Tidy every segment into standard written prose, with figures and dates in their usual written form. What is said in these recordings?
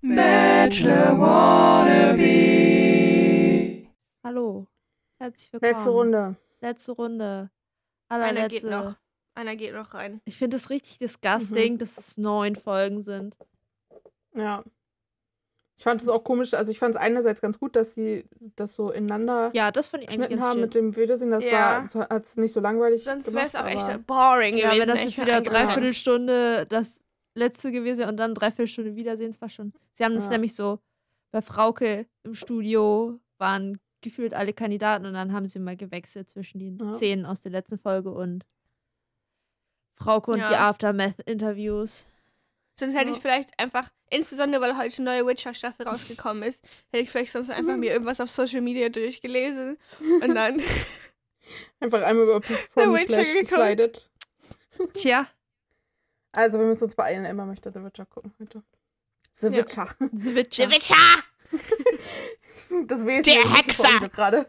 Bachelor Wannabe. Hallo, herzlich willkommen. Letzte Runde. Allerletzte. Einer geht noch rein. Ich finde es richtig disgusting, dass es 9 Folgen sind. Ja. Ich fand es auch komisch, also ich fand es einerseits ganz gut, dass sie das so ineinander das fand ich eigentlich geschnitten ganz haben chill. mit dem Wiedersehen. Das hat es nicht so langweilig Sonst wäre es auch gemacht, echt boring Ja, gewesen. wenn das echt jetzt wieder eingeplant. 3/4 Stunde das letzte gewesen wäre und dann 3/4 Stunde Wiedersehen, das war schon. Sie haben das nämlich so, bei Frauke im Studio waren gefühlt alle Kandidaten und dann haben sie mal gewechselt zwischen den Szenen aus der letzten Folge und Frauke und die Aftermath-Interviews. Sonst hätte ich vielleicht einfach, insbesondere weil heute eine neue Witcher-Staffel rausgekommen ist, hätte ich vielleicht sonst einfach mir irgendwas auf Social Media durchgelesen und dann einfach einmal über Promi Flash geslidet. Tja. Also wir müssen uns beeilen, Emma möchte The Witcher gucken heute. The Witcher. The Witcher! Das W ist Der Hexer! Gerade.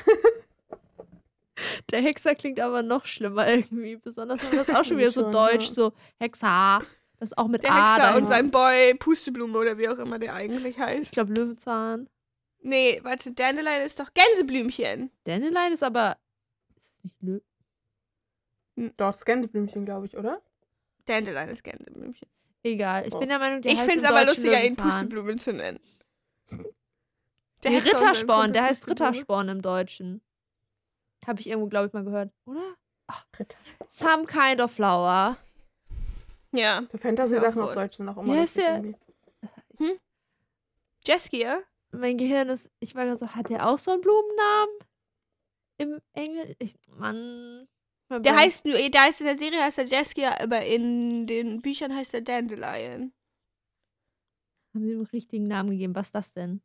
Der Hexer klingt aber noch schlimmer irgendwie. Besonders wenn das auch schon wieder so Schon, deutsch, so Hexer. Das ist auch mit Der A. Hexer dahinter. und sein Boy Pusteblume oder wie auch immer der eigentlich heißt. Ich glaube Löwenzahn. Nee, warte, Dandelion ist doch Gänseblümchen. Dandelion ist aber. Ist das nicht Löw? Doch, das Gänseblümchen, glaube ich, oder? Dandelion ist Gänseblümchen. Egal. Ich bin der Meinung, der Ich heißt finde im es aber Deutschen lustiger, ihn Löwenzahn. Pusteblume zu nennen. Nee, Hexer und sein Rittersporn. Kumpel Der heißt Pusteblume. Rittersporn im Deutschen. Habe ich irgendwo, glaube ich, mal gehört. Oder? Rittersporn. Some kind of flower. Ja. So Fantasy-Sachen auf Wurst. Deutsch sind auch Wie immer heißt lustig der? irgendwie. Jeskia? Mein Gehirn ist. Ich war gerade so, hat der auch so einen Blumennamen? Im Englisch? Mann. Mein Der Brain- heißt nur, der heißt in der Serie heißt er Jeskia, aber in den Büchern heißt er Dandelion. Haben sie ihm einen richtigen Namen gegeben? Was ist das denn?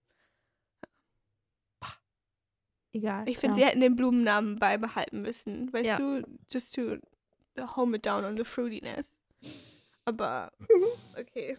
Pah. Egal. Ich finde, sie hätten den Blumennamen beibehalten müssen. Weißt Ja. du, just to home it down on the fruitiness. Aber, okay.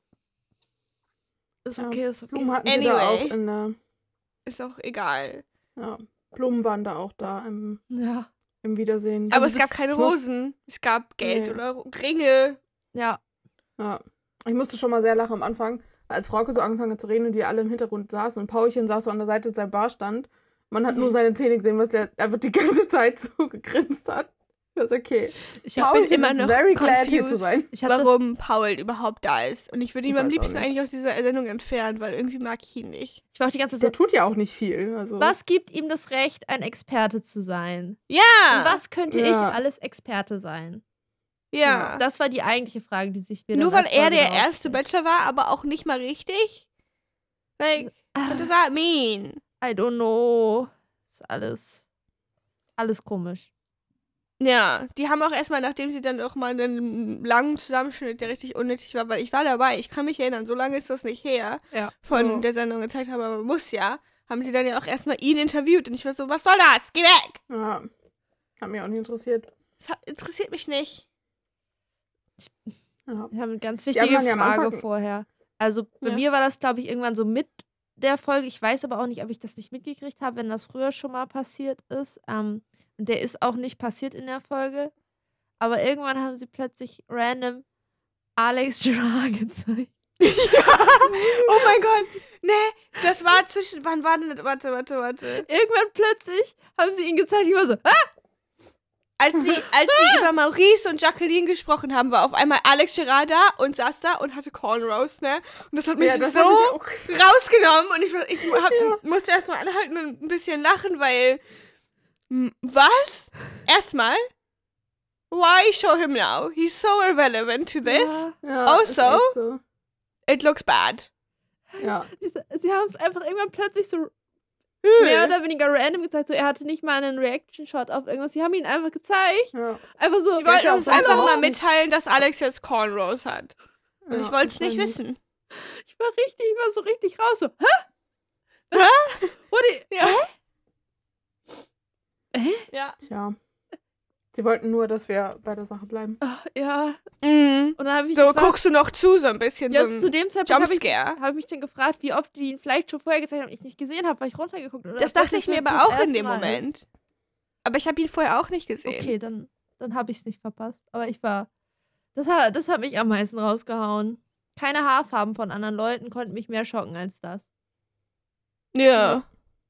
Ist okay, ist okay. Blumen hatten sie da Anyway. auch in der... Ist auch egal. Ja, Blumen waren da auch da im Ja. Wiedersehen. Aber Also es gab keine ich muss- Rosen. Es gab Geld Nee. oder Ringe. Ja. Ja. Ich musste schon mal sehr lachen am Anfang, als Frauke so angefangen hat zu reden und die alle im Hintergrund saßen und Paulchen saß so an der Seite seiner Bar stand. Man hat nur seine Zähne gesehen, was der einfach die ganze Zeit so gegrinst hat. Das ist okay. Ich Paulchen immer ist noch very glad hier confused. zu sein. Ich habe Warum Paul überhaupt da ist. Und ich würde ihn Ich am weiß auch liebsten nicht. eigentlich aus dieser Sendung entfernen, weil irgendwie mag ich ihn nicht. ich war auch die ganze Der Zeit tut ja auch nicht viel. Also. was gibt ihm das Recht, ein Experte zu sein? Ja! Und was könnte ich Ja. alles Experte sein? Ja. Das war die eigentliche Frage, die sich mir Nur dann weil als er Folge der daraus erste stellt. Bachelor war, aber auch nicht mal richtig? Like, what does that mean? I don't know. Ist alles komisch. Ja, die haben auch erstmal, nachdem sie dann auch mal einen langen Zusammenschnitt, der richtig unnötig war, weil ich war dabei, ich kann mich erinnern, so lange ist das nicht her, Ja. von der Sendung gezeigt haben, aber man muss ja, haben sie dann ja auch erstmal ihn interviewt und ich war so, was soll das? Geh weg! Ja. Hat mich auch nicht interessiert. Das interessiert mich nicht. Ja. Wir haben eine ganz Die wichtige anderen ja am Frage Anfang- vorher. Also bei Ja. mir war das, glaube ich, irgendwann so mit der Folge. Ich weiß aber auch nicht, ob ich das nicht mitgekriegt habe, wenn das früher schon mal passiert ist. Und der ist auch nicht passiert in der Folge. Aber irgendwann haben sie plötzlich random Alex Gerard gezeigt. Oh mein Gott, ne, das war zwischen, wann war denn das? Warte. Irgendwann plötzlich haben sie ihn gezeigt. Ich war so, Als sie über Maurice und Jacqueline gesprochen haben, war auf einmal Alex Gerard da und saß da und hatte Cornrows, ne? Und das hat mich Ja, das so hab ich auch gesehen. rausgenommen und ich musste erstmal anhalten und ein bisschen lachen, weil was? Erstmal? Why show him now? He's so irrelevant to this. ja. Ja, Also? ist echt so. It looks bad. Ja. Sie haben es einfach irgendwann plötzlich so mehr oder weniger random gezeigt. So, er hatte nicht mal einen Reaction-Shot auf irgendwas. Sie haben ihn einfach gezeigt. Ja. Einfach so. Sie wollten ja auch uns so einfach mal orange. mitteilte, dass Alex jetzt Cornrows hat. Und Ja, ich wollte es nicht wahrscheinlich. wissen. Ich war so richtig raus. So, hä? Ja. Hä? Ja. Tja. Sie wollten nur, dass wir bei der Sache bleiben. Ach, ja. Mhm. Und dann habe ich So, gefragt, guckst du noch zu, so ein bisschen. ja, so ein zu dem Zeitpunkt habe ich Jumpscare. mich dann gefragt, wie oft die ihn vielleicht schon vorher gezeigt haben und ich nicht gesehen habe, weil ich runtergeguckt habe. Das dachte ich mir aber auch in dem Moment. Aber ich habe ihn vorher auch nicht gesehen. Okay, dann habe ich es nicht verpasst. Aber das hat mich am meisten rausgehauen. keine Haarfarben von anderen Leuten konnten mich mehr schocken als das. Ja.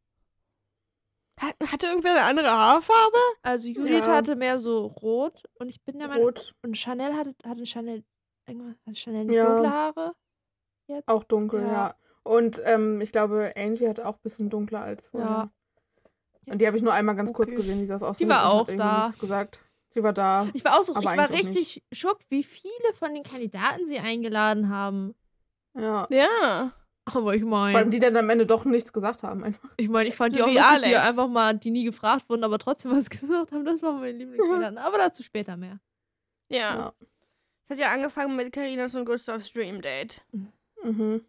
Hatte irgendwer eine andere Haarfarbe? Also Judith Ja. hatte mehr so rot und ich bin der Meinung, Rot, und Chanel hatte Chanel nicht Ja. dunkle Haare? auch dunkel, Ja. ja. Und ich glaube, Angie hatte auch ein bisschen dunkler als vorher. Ja. Und die habe ich nur einmal ganz kurz Okay. gesehen, wie sie das aussah. Die war und auch hat irgendwie da. nichts gesagt. Sie war da. Ich war auch so, Aber ich war eigentlich auch richtig schockt, wie viele von den Kandidaten sie eingeladen haben. Ja. Ja. Aber ich Vor allem meine, die dann am Ende doch nichts gesagt haben. Einfach. ich fand die So auch wie lustig, die Alex. einfach mal, die nie gefragt wurden, aber trotzdem was gesagt haben. Das war mein Lieblingskandidaten. Aber dazu später mehr. Ja. Ja. Es hat ja angefangen mit Carinas und Gustavs Dream Date. Mhm.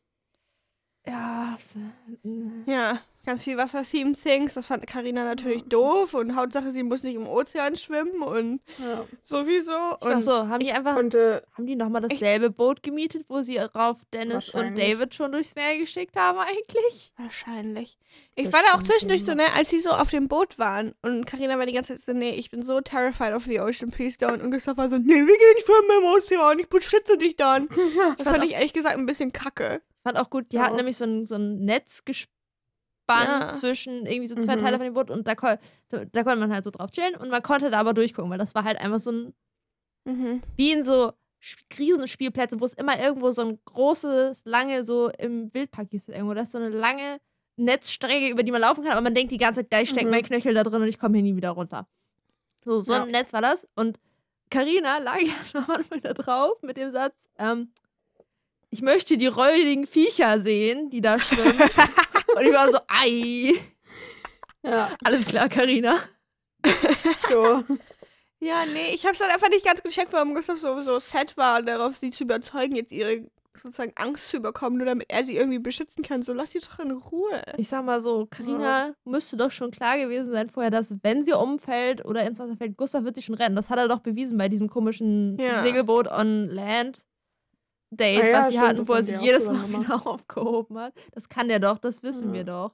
Ja. Ja, ganz viel Wasser-Theme-Things. Das fand Carina natürlich doof. Und Hauptsache, sie muss nicht im Ozean schwimmen und Ja. sowieso. Ich war Und so, haben die nochmal dasselbe Boot gemietet, wo sie rauf Dennis und Wahrscheinlich. David schon durchs Meer geschickt haben eigentlich? wahrscheinlich. Ich Das war da auch stimmt, zwischendurch so, ja. ne, als sie so auf dem Boot waren. Und Carina war die ganze Zeit so, nee, ich bin so terrified of the ocean, please don't. Und Gustav war so, nee, wir gehen schwimmen im Ozean, ich beschütze dich dann. Das fand ich ehrlich gesagt ein bisschen kacke. Fand auch gut, die Ja. hatten nämlich so ein Netz gespannt Ja. zwischen irgendwie so zwei Mhm. Teile von dem Boot und da konnte man halt so drauf chillen und man konnte da aber durchgucken, weil das war halt einfach so ein, Mhm. wie in so Riesenspielplätze, wo es immer irgendwo so ein großes, lange, so im Wildpark hieß es irgendwo, das ist so eine lange Netzstrecke, über die man laufen kann, aber man denkt die ganze Zeit, gleich steckt Mhm. mein Knöchel da drin und ich komme hier nie wieder runter. So Ja. ein Netz war das und Carina lag erstmal am Anfang da drauf mit dem Satz, ich möchte die räudigen Viecher sehen, die da schwimmen. Und ich war so, ei. Ja, Alles klar, Carina. sure. Ja, nee, ich hab's dann einfach nicht ganz gecheckt, warum Gustav so set war, darauf sie zu überzeugen, jetzt ihre sozusagen Angst zu überkommen, nur damit er sie irgendwie beschützen kann. So, lass sie doch in Ruhe. Ich sag mal so, Carina müsste doch schon klar gewesen sein vorher, dass wenn sie umfällt oder ins Wasser fällt, Gustav wird sie schon retten. Das hat er doch bewiesen bei diesem komischen Ja. Segelboot on Land Date, Ah ja, was sie stimmt, hatten, das wo er haben sich die auch jedes zusammen Mal gemacht. wieder aufgehoben hat. Das kann der doch, das wissen Ja. wir doch.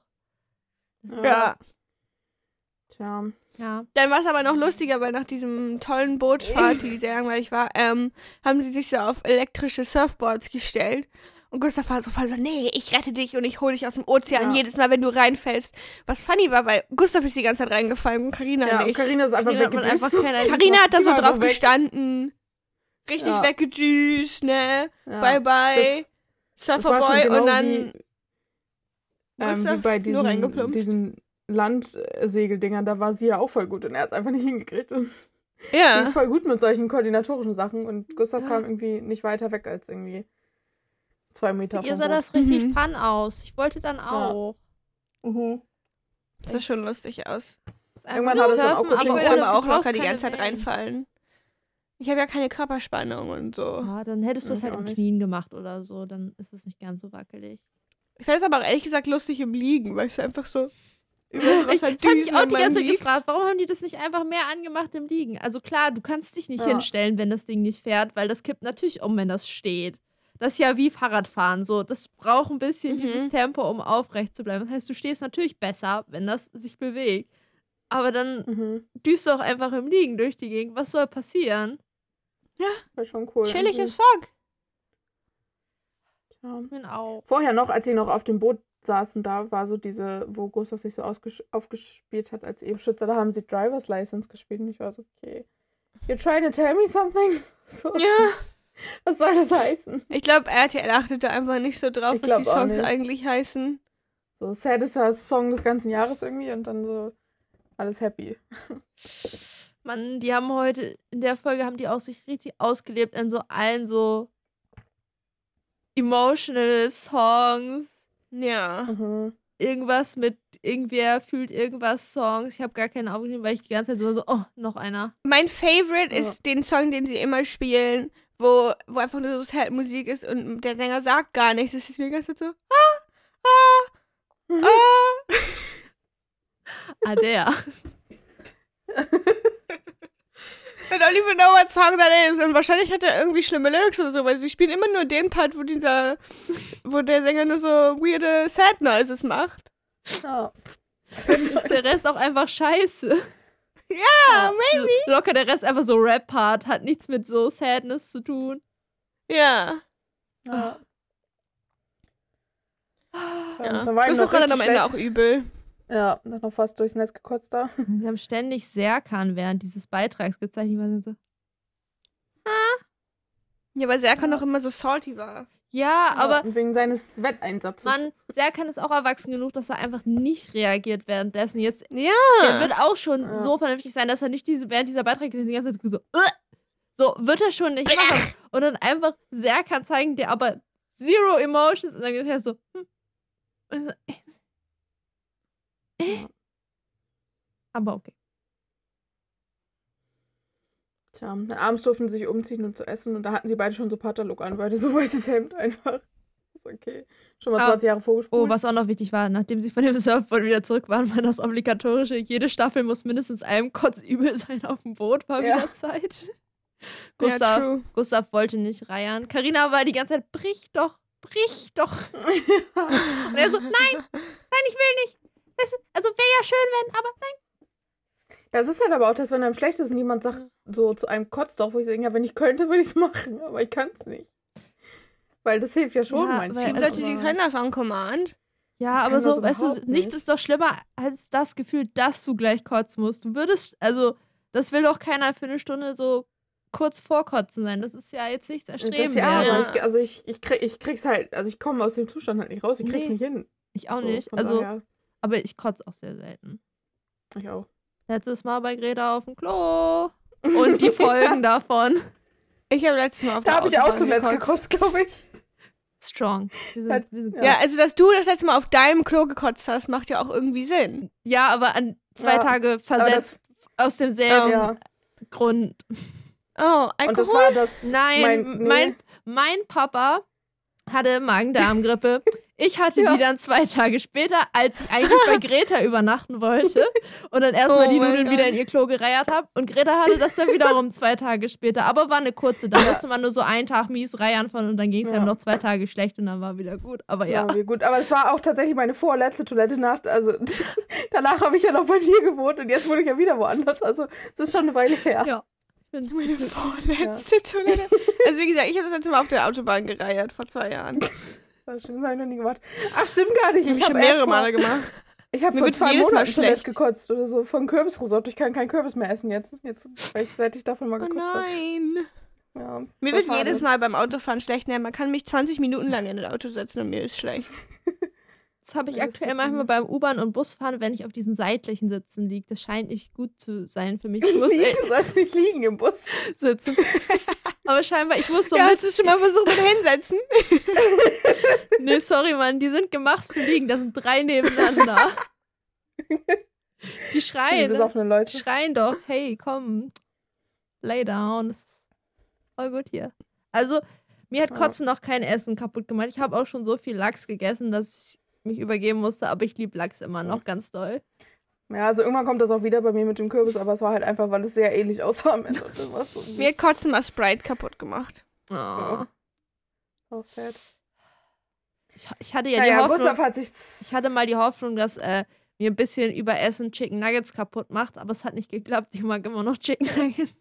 Ja. Tja. Ja. Dann war es aber noch lustiger, weil nach diesem tollen Bootfahrt, die sehr langweilig war, haben sie sich so auf elektrische Surfboards gestellt. Und Gustav war so voll so, nee, ich rette dich und ich hole dich aus dem Ozean Ja. jedes Mal, wenn du reinfällst. Was funny war, weil Gustav ist die ganze Zeit reingefallen und Carina Ja, und nicht. Carina ist einfach Carina hat man weggedüst. einfach keine Carina hat da so Die war drauf so weg. gestanden. Richtig Ja. weggedüst, ne? Ja, Bye bye. das war schon Surferboy genau und dann wie Gustav bei nur reingeplumpst. diesen Landsegeldingern, da war sie ja auch voll gut und er hat es einfach nicht hingekriegt. Und sie Ja. ist voll gut mit solchen koordinatorischen Sachen und Gustav Ja. kam irgendwie nicht weiter weg als irgendwie 2 Meter Ihr vom sah Boot. das richtig Mhm. fun aus. Ich wollte dann auch. Mhm. Das sah schon lustig aus. Das ist einfach Irgendwann so hat es dann auch surfen, kurz Ich noch würde ohne- aber auch du brauchst locker die keine ganze Zeit Wellen. reinfallen. Ich habe ja keine Körperspannung und so. Ja, dann hättest du es Ich halt auch im nicht. Knien gemacht oder so, dann ist es nicht ganz so wackelig. Ich fand es aber auch ehrlich gesagt lustig im Liegen, weil es einfach so über das Ich Wasser habe mich düsen auch und die man ganze Zeit liegt. gefragt, warum haben die das nicht einfach mehr angemacht im Liegen? Also klar, du kannst dich nicht Ja. hinstellen, wenn das Ding nicht fährt, weil das kippt natürlich um, wenn das steht. Das ist ja wie Fahrradfahren, so. Das braucht ein bisschen Mhm. dieses Tempo, um aufrecht zu bleiben. Das heißt, du stehst natürlich besser, wenn das sich bewegt. Aber dann Mhm. düst du auch einfach im Liegen durch die Gegend. Was soll passieren? War schon cool. Chillig irgendwie. as fuck. Ja. Ich bin auch. Vorher noch, als sie noch auf dem Boot saßen, da war so diese, wo Gustav sich so aufgespielt hat als Ebenschützer, da haben sie Driver's License gespielt und ich war so, okay. You're trying to tell me something? So, Ja. was soll das heißen? Ich glaube, RTL achtet da einfach nicht so drauf, Ich was die glaub auch Songs nicht. eigentlich heißen. So, saddester Song des ganzen Jahres irgendwie und dann so alles happy. Mann, die haben heute, in der Folge haben die auch sich richtig ausgelebt in so allen so emotional Songs. Ja. Mhm. Irgendwas mit irgendwer fühlt irgendwas Songs. Ich habe gar keine aufgenommen, weil ich die ganze Zeit so, oh, noch einer. Mein Favorite Ja. ist den Song, den sie immer spielen, wo einfach nur so Sad-Musik ist und der Sänger sagt gar nichts. Es ist die ganze Zeit so, Ah, der. I don't even know what song that is. Und wahrscheinlich hat er irgendwie schlimme Lyrics oder so, weil sie spielen immer nur den Part, wo der Sänger nur so weirde Sad Noises macht. Ja. Ist der Rest auch einfach scheiße. Ja, maybe. Locker der Rest einfach so Rap-Part, hat nichts mit so Sadness zu tun. Ja. Ja. Ja. Dann war Du ihm bist doch noch gerade richtig am Ende schlecht. auch übel. Ja, hat noch fast durchs Netz gekotzt da. Sie haben ständig Serkan während dieses Beitrags gezeigt. Die waren so, Ja, weil Serkan noch immer so salty war. ja, aber Und wegen seines Wetteinsatzes. Mann, Serkan ist auch erwachsen genug, dass er einfach nicht reagiert währenddessen. Jetzt, Ja. er wird auch schon Ja. so vernünftig sein, dass er nicht während dieser Beitrag die ganze Zeit so, so wird er schon nicht machen. Und dann einfach Serkan zeigen, der aber zero emotions und dann ist er so, Und so, Aber okay. Tja, abends durften sie sich umziehen und zu essen und da hatten sie beide schon so Paterlook an, beide so weißes Hemd einfach. Ist okay. Schon mal 20 Jahre vorgespult. Oh, was auch noch wichtig war, nachdem sie von dem Surfboard wieder zurück waren, war das obligatorische. Jede Staffel muss mindestens einem kotzübel sein auf dem Boot, war Ja. wieder Zeit. Ja, true. Gustav wollte nicht reiern. Carina war die ganze Zeit, brich doch. Und er so, nein, ich will nicht. Also wäre ja schön, wenn, aber nein. Das ist halt aber auch das, wenn einem schlecht ist und jemand sagt so zu einem kotzt doch, wo ich sage, ja, wenn ich könnte, würde ich es machen, aber ich kann es nicht. Weil das hilft ja schon Ja, manchmal. weil- Die Leute, die können das on Command. Ja, Ich aber kann so, das weißt du, überhaupt nichts nicht. ist doch schlimmer als das Gefühl, dass du gleich kotzen musst. Du würdest, also, das will doch keiner für eine Stunde so kurz vor Kotzen sein. Das ist ja jetzt nichts Das erstrebenswertes. ja, aber Ja. ich krieg's halt, also ich komme aus dem Zustand halt nicht raus, ich krieg's Nee. nicht hin. Ich auch So, nicht. von Also, daher, aber ich kotze auch sehr selten. ich auch. Letztes Mal bei Greta auf dem Klo. Und die Folgen davon. Ich habe letztes Mal auf Da der habe ich auch Autobahn zum Netz gekotzt. gekotzt, glaube ich. Strong. Wir sind Ja, also dass du das letzte Mal auf deinem Klo gekotzt hast, macht ja auch irgendwie Sinn. ja, aber an 2 Ja, Tage versetzt aus demselben Ja. Grund. Oh, Und das Alkohol? war das. Nein, nee. mein Papa hatte Magen-Darm-Grippe. Ich hatte Ja. die dann 2 Tage später, als ich eigentlich bei Greta übernachten wollte und dann erstmal Oh die mein Nudeln Gott. wieder in ihr Klo gereiert habe. Und Greta hatte das dann wiederum 2 Tage später. Aber war eine kurze, da musste man nur so einen Tag mies reiern von und dann ging es Ja. ihm noch 2 Tage schlecht und dann war wieder gut. Aber ja. Ja, wie gut. Aber es war auch tatsächlich meine vorletzte Toilette-Nacht. Also danach habe ich ja noch bei dir gewohnt und jetzt wohne ich ja wieder woanders. Also das ist schon eine Weile her. Ja. Meine vorletzte Toilette. Also wie gesagt, ich habe das letzte Mal auf der Autobahn gereiert vor 2 Jahren. Das war schön, das habe ich noch nie gemacht. Ach, stimmt gar nicht. Ich Ich habe habe mehrere Male gemacht. Ich habe Mir vor wird 2 jedes Mal Monaten zuletzt schlecht. gekotzt oder so. Von Kürbisrisotto. Ich kann keinen Kürbis mehr essen jetzt. Seit ich davon mal Oh gekotzt habe. nein. Ja, Mir voll wird schade. jedes Mal beim Autofahren schlecht. Man kann mich 20 Minuten lang in ein Auto setzen und mir ist schlecht. Das habe ich Ja, das aktuell geht manchmal nicht. beim U-Bahn und Busfahren, wenn ich auf diesen seitlichen Sitzen liege. Das scheint nicht gut zu sein für mich. Ich muss Du sollst nicht liegen im Bus. sitzen. Aber scheinbar, ich muss so Ja, mit. hast du schon mal versucht mit Hinsetzen? Nee, sorry, Mann, die sind gemacht für liegen. Da sind 3 nebeneinander. Die Die schreien. besoffenen Die Leute. schreien doch, hey, komm. Lay down. Das ist voll gut hier. Also, mir hat Ja. Kotzen noch kein Essen kaputt gemacht. Ich habe auch schon so viel Lachs gegessen, dass ich mich übergeben musste, aber ich liebe Lachs immer noch ganz doll. Ja, also irgendwann kommt das auch wieder bei mir mit dem Kürbis, aber es war halt einfach, weil es sehr ähnlich aussah am Ende. Und das war so Mir hat Kotzen mal Sprite kaputt gemacht. Oh. auch sad. Ich hatte ja die Naja, Hoffnung. Gustav hat sich... Ich hatte mal die Hoffnung, dass mir ein bisschen Überessen Chicken Nuggets kaputt macht, aber es hat nicht geklappt. Ich mag immer noch Chicken Nuggets.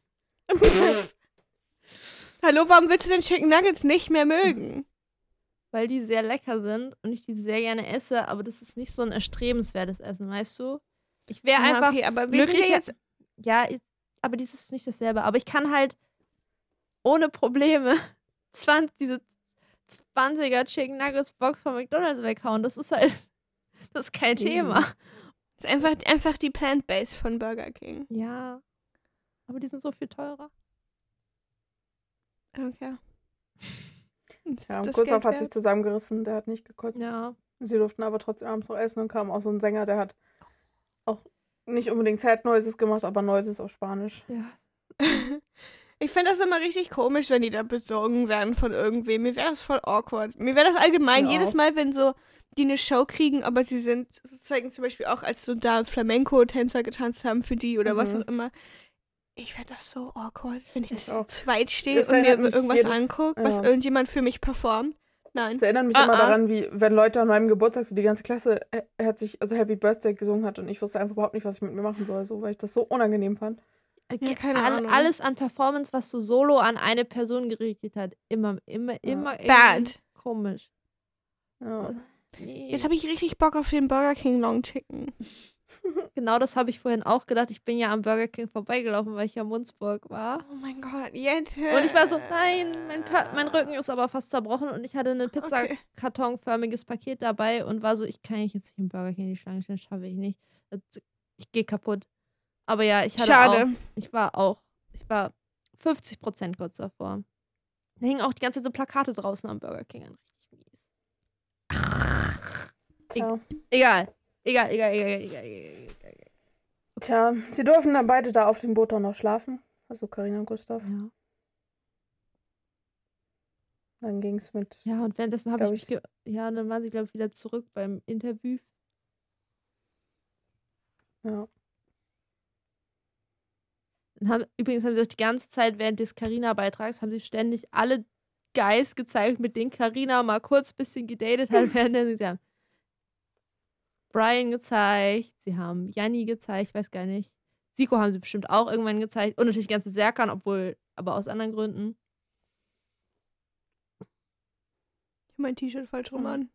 Hallo, warum willst du denn Chicken Nuggets nicht mehr mögen? Weil die sehr lecker sind und ich die sehr gerne esse, aber das ist nicht so ein erstrebenswertes Essen, weißt du? Ich wäre Ja, einfach okay, aber wir sind ja glücklicher. jetzt... Ja, aber dies ist nicht dasselbe. Aber ich kann halt ohne Probleme diese 20er Chicken Nuggets Box von McDonald's weghauen. Das ist halt, das ist kein Easy. Thema. Das ist einfach die Plant-Base von Burger King. Ja, aber die sind so viel teurer. Okay. Ja, Das Gustav Geld hat wert. sich zusammengerissen, der hat nicht gekotzt. Ja. Sie durften aber trotzdem abends noch essen und kam auch so ein Sänger, der hat auch nicht unbedingt Sad Noises gemacht, aber Noises auf Spanisch. Ja. Ich finde das immer richtig komisch, wenn die da besorgen werden von irgendwem. Mir wäre das voll awkward. Mir wäre das allgemein Mir jedes auch. Mal, wenn so die eine Show kriegen, aber sie sind, so zeigen zum Beispiel auch, als so da Flamenco-Tänzer getanzt haben für die oder was Mhm. auch immer. Ich fände das so awkward, wenn ich Ich da auch. zu zweit stehe Das und mir erinnert mich irgendwas jedes- angucke, ja. was irgendjemand für mich performt. Nein. Das erinnert mich Ah, immer ah. daran, wie wenn Leute an meinem Geburtstag so die ganze Klasse hat sich, also Happy Birthday gesungen hat und ich wusste einfach überhaupt nicht, was ich mit mir machen soll, so, weil ich das so unangenehm fand. Ja, keine Ahnung. Alles an Performance, was so solo an eine Person gerichtet hat, immer irgendwie Bad. komisch. Ja. Nee. Jetzt habe ich richtig Bock auf den Burger King Long Chicken. Genau das habe ich vorhin auch gedacht. Ich bin ja am Burger King vorbeigelaufen, weil ich ja in Munzburg war. Oh mein Gott, jetzt. Und ich war so, nein, mein Rücken ist aber fast zerbrochen und ich hatte ein pizzakartonförmiges Paket dabei und war so, ich kann jetzt nicht im Burger King die Schlange stellen, schaffe ich nicht. Ich gehe kaputt. Aber ja, ich war 50% kurz davor. Da hingen auch die ganze Zeit so Plakate draußen am Burger King an. Richtig mies. Tja. Egal. Tja, sie durften dann beide da auf dem Boot auch noch schlafen. Also Carina und Gustav. Ja. Dann ging es mit. Ja, und währenddessen habe Glaub ich mich. Ja, und dann waren sie, glaube ich, wieder zurück beim Interview. Ja. Übrigens haben sie auch die ganze Zeit während des Carina-Beitrags haben sie ständig alle Guys gezeigt, mit denen Carina mal kurz ein bisschen gedatet hat, während sie haben Brian gezeigt, sie haben Janni gezeigt, ich weiß gar nicht. Siko haben sie bestimmt auch irgendwann gezeigt. Und natürlich ganze Serkan, aber aus anderen Gründen. Ich habe mein T-Shirt falsch rum an.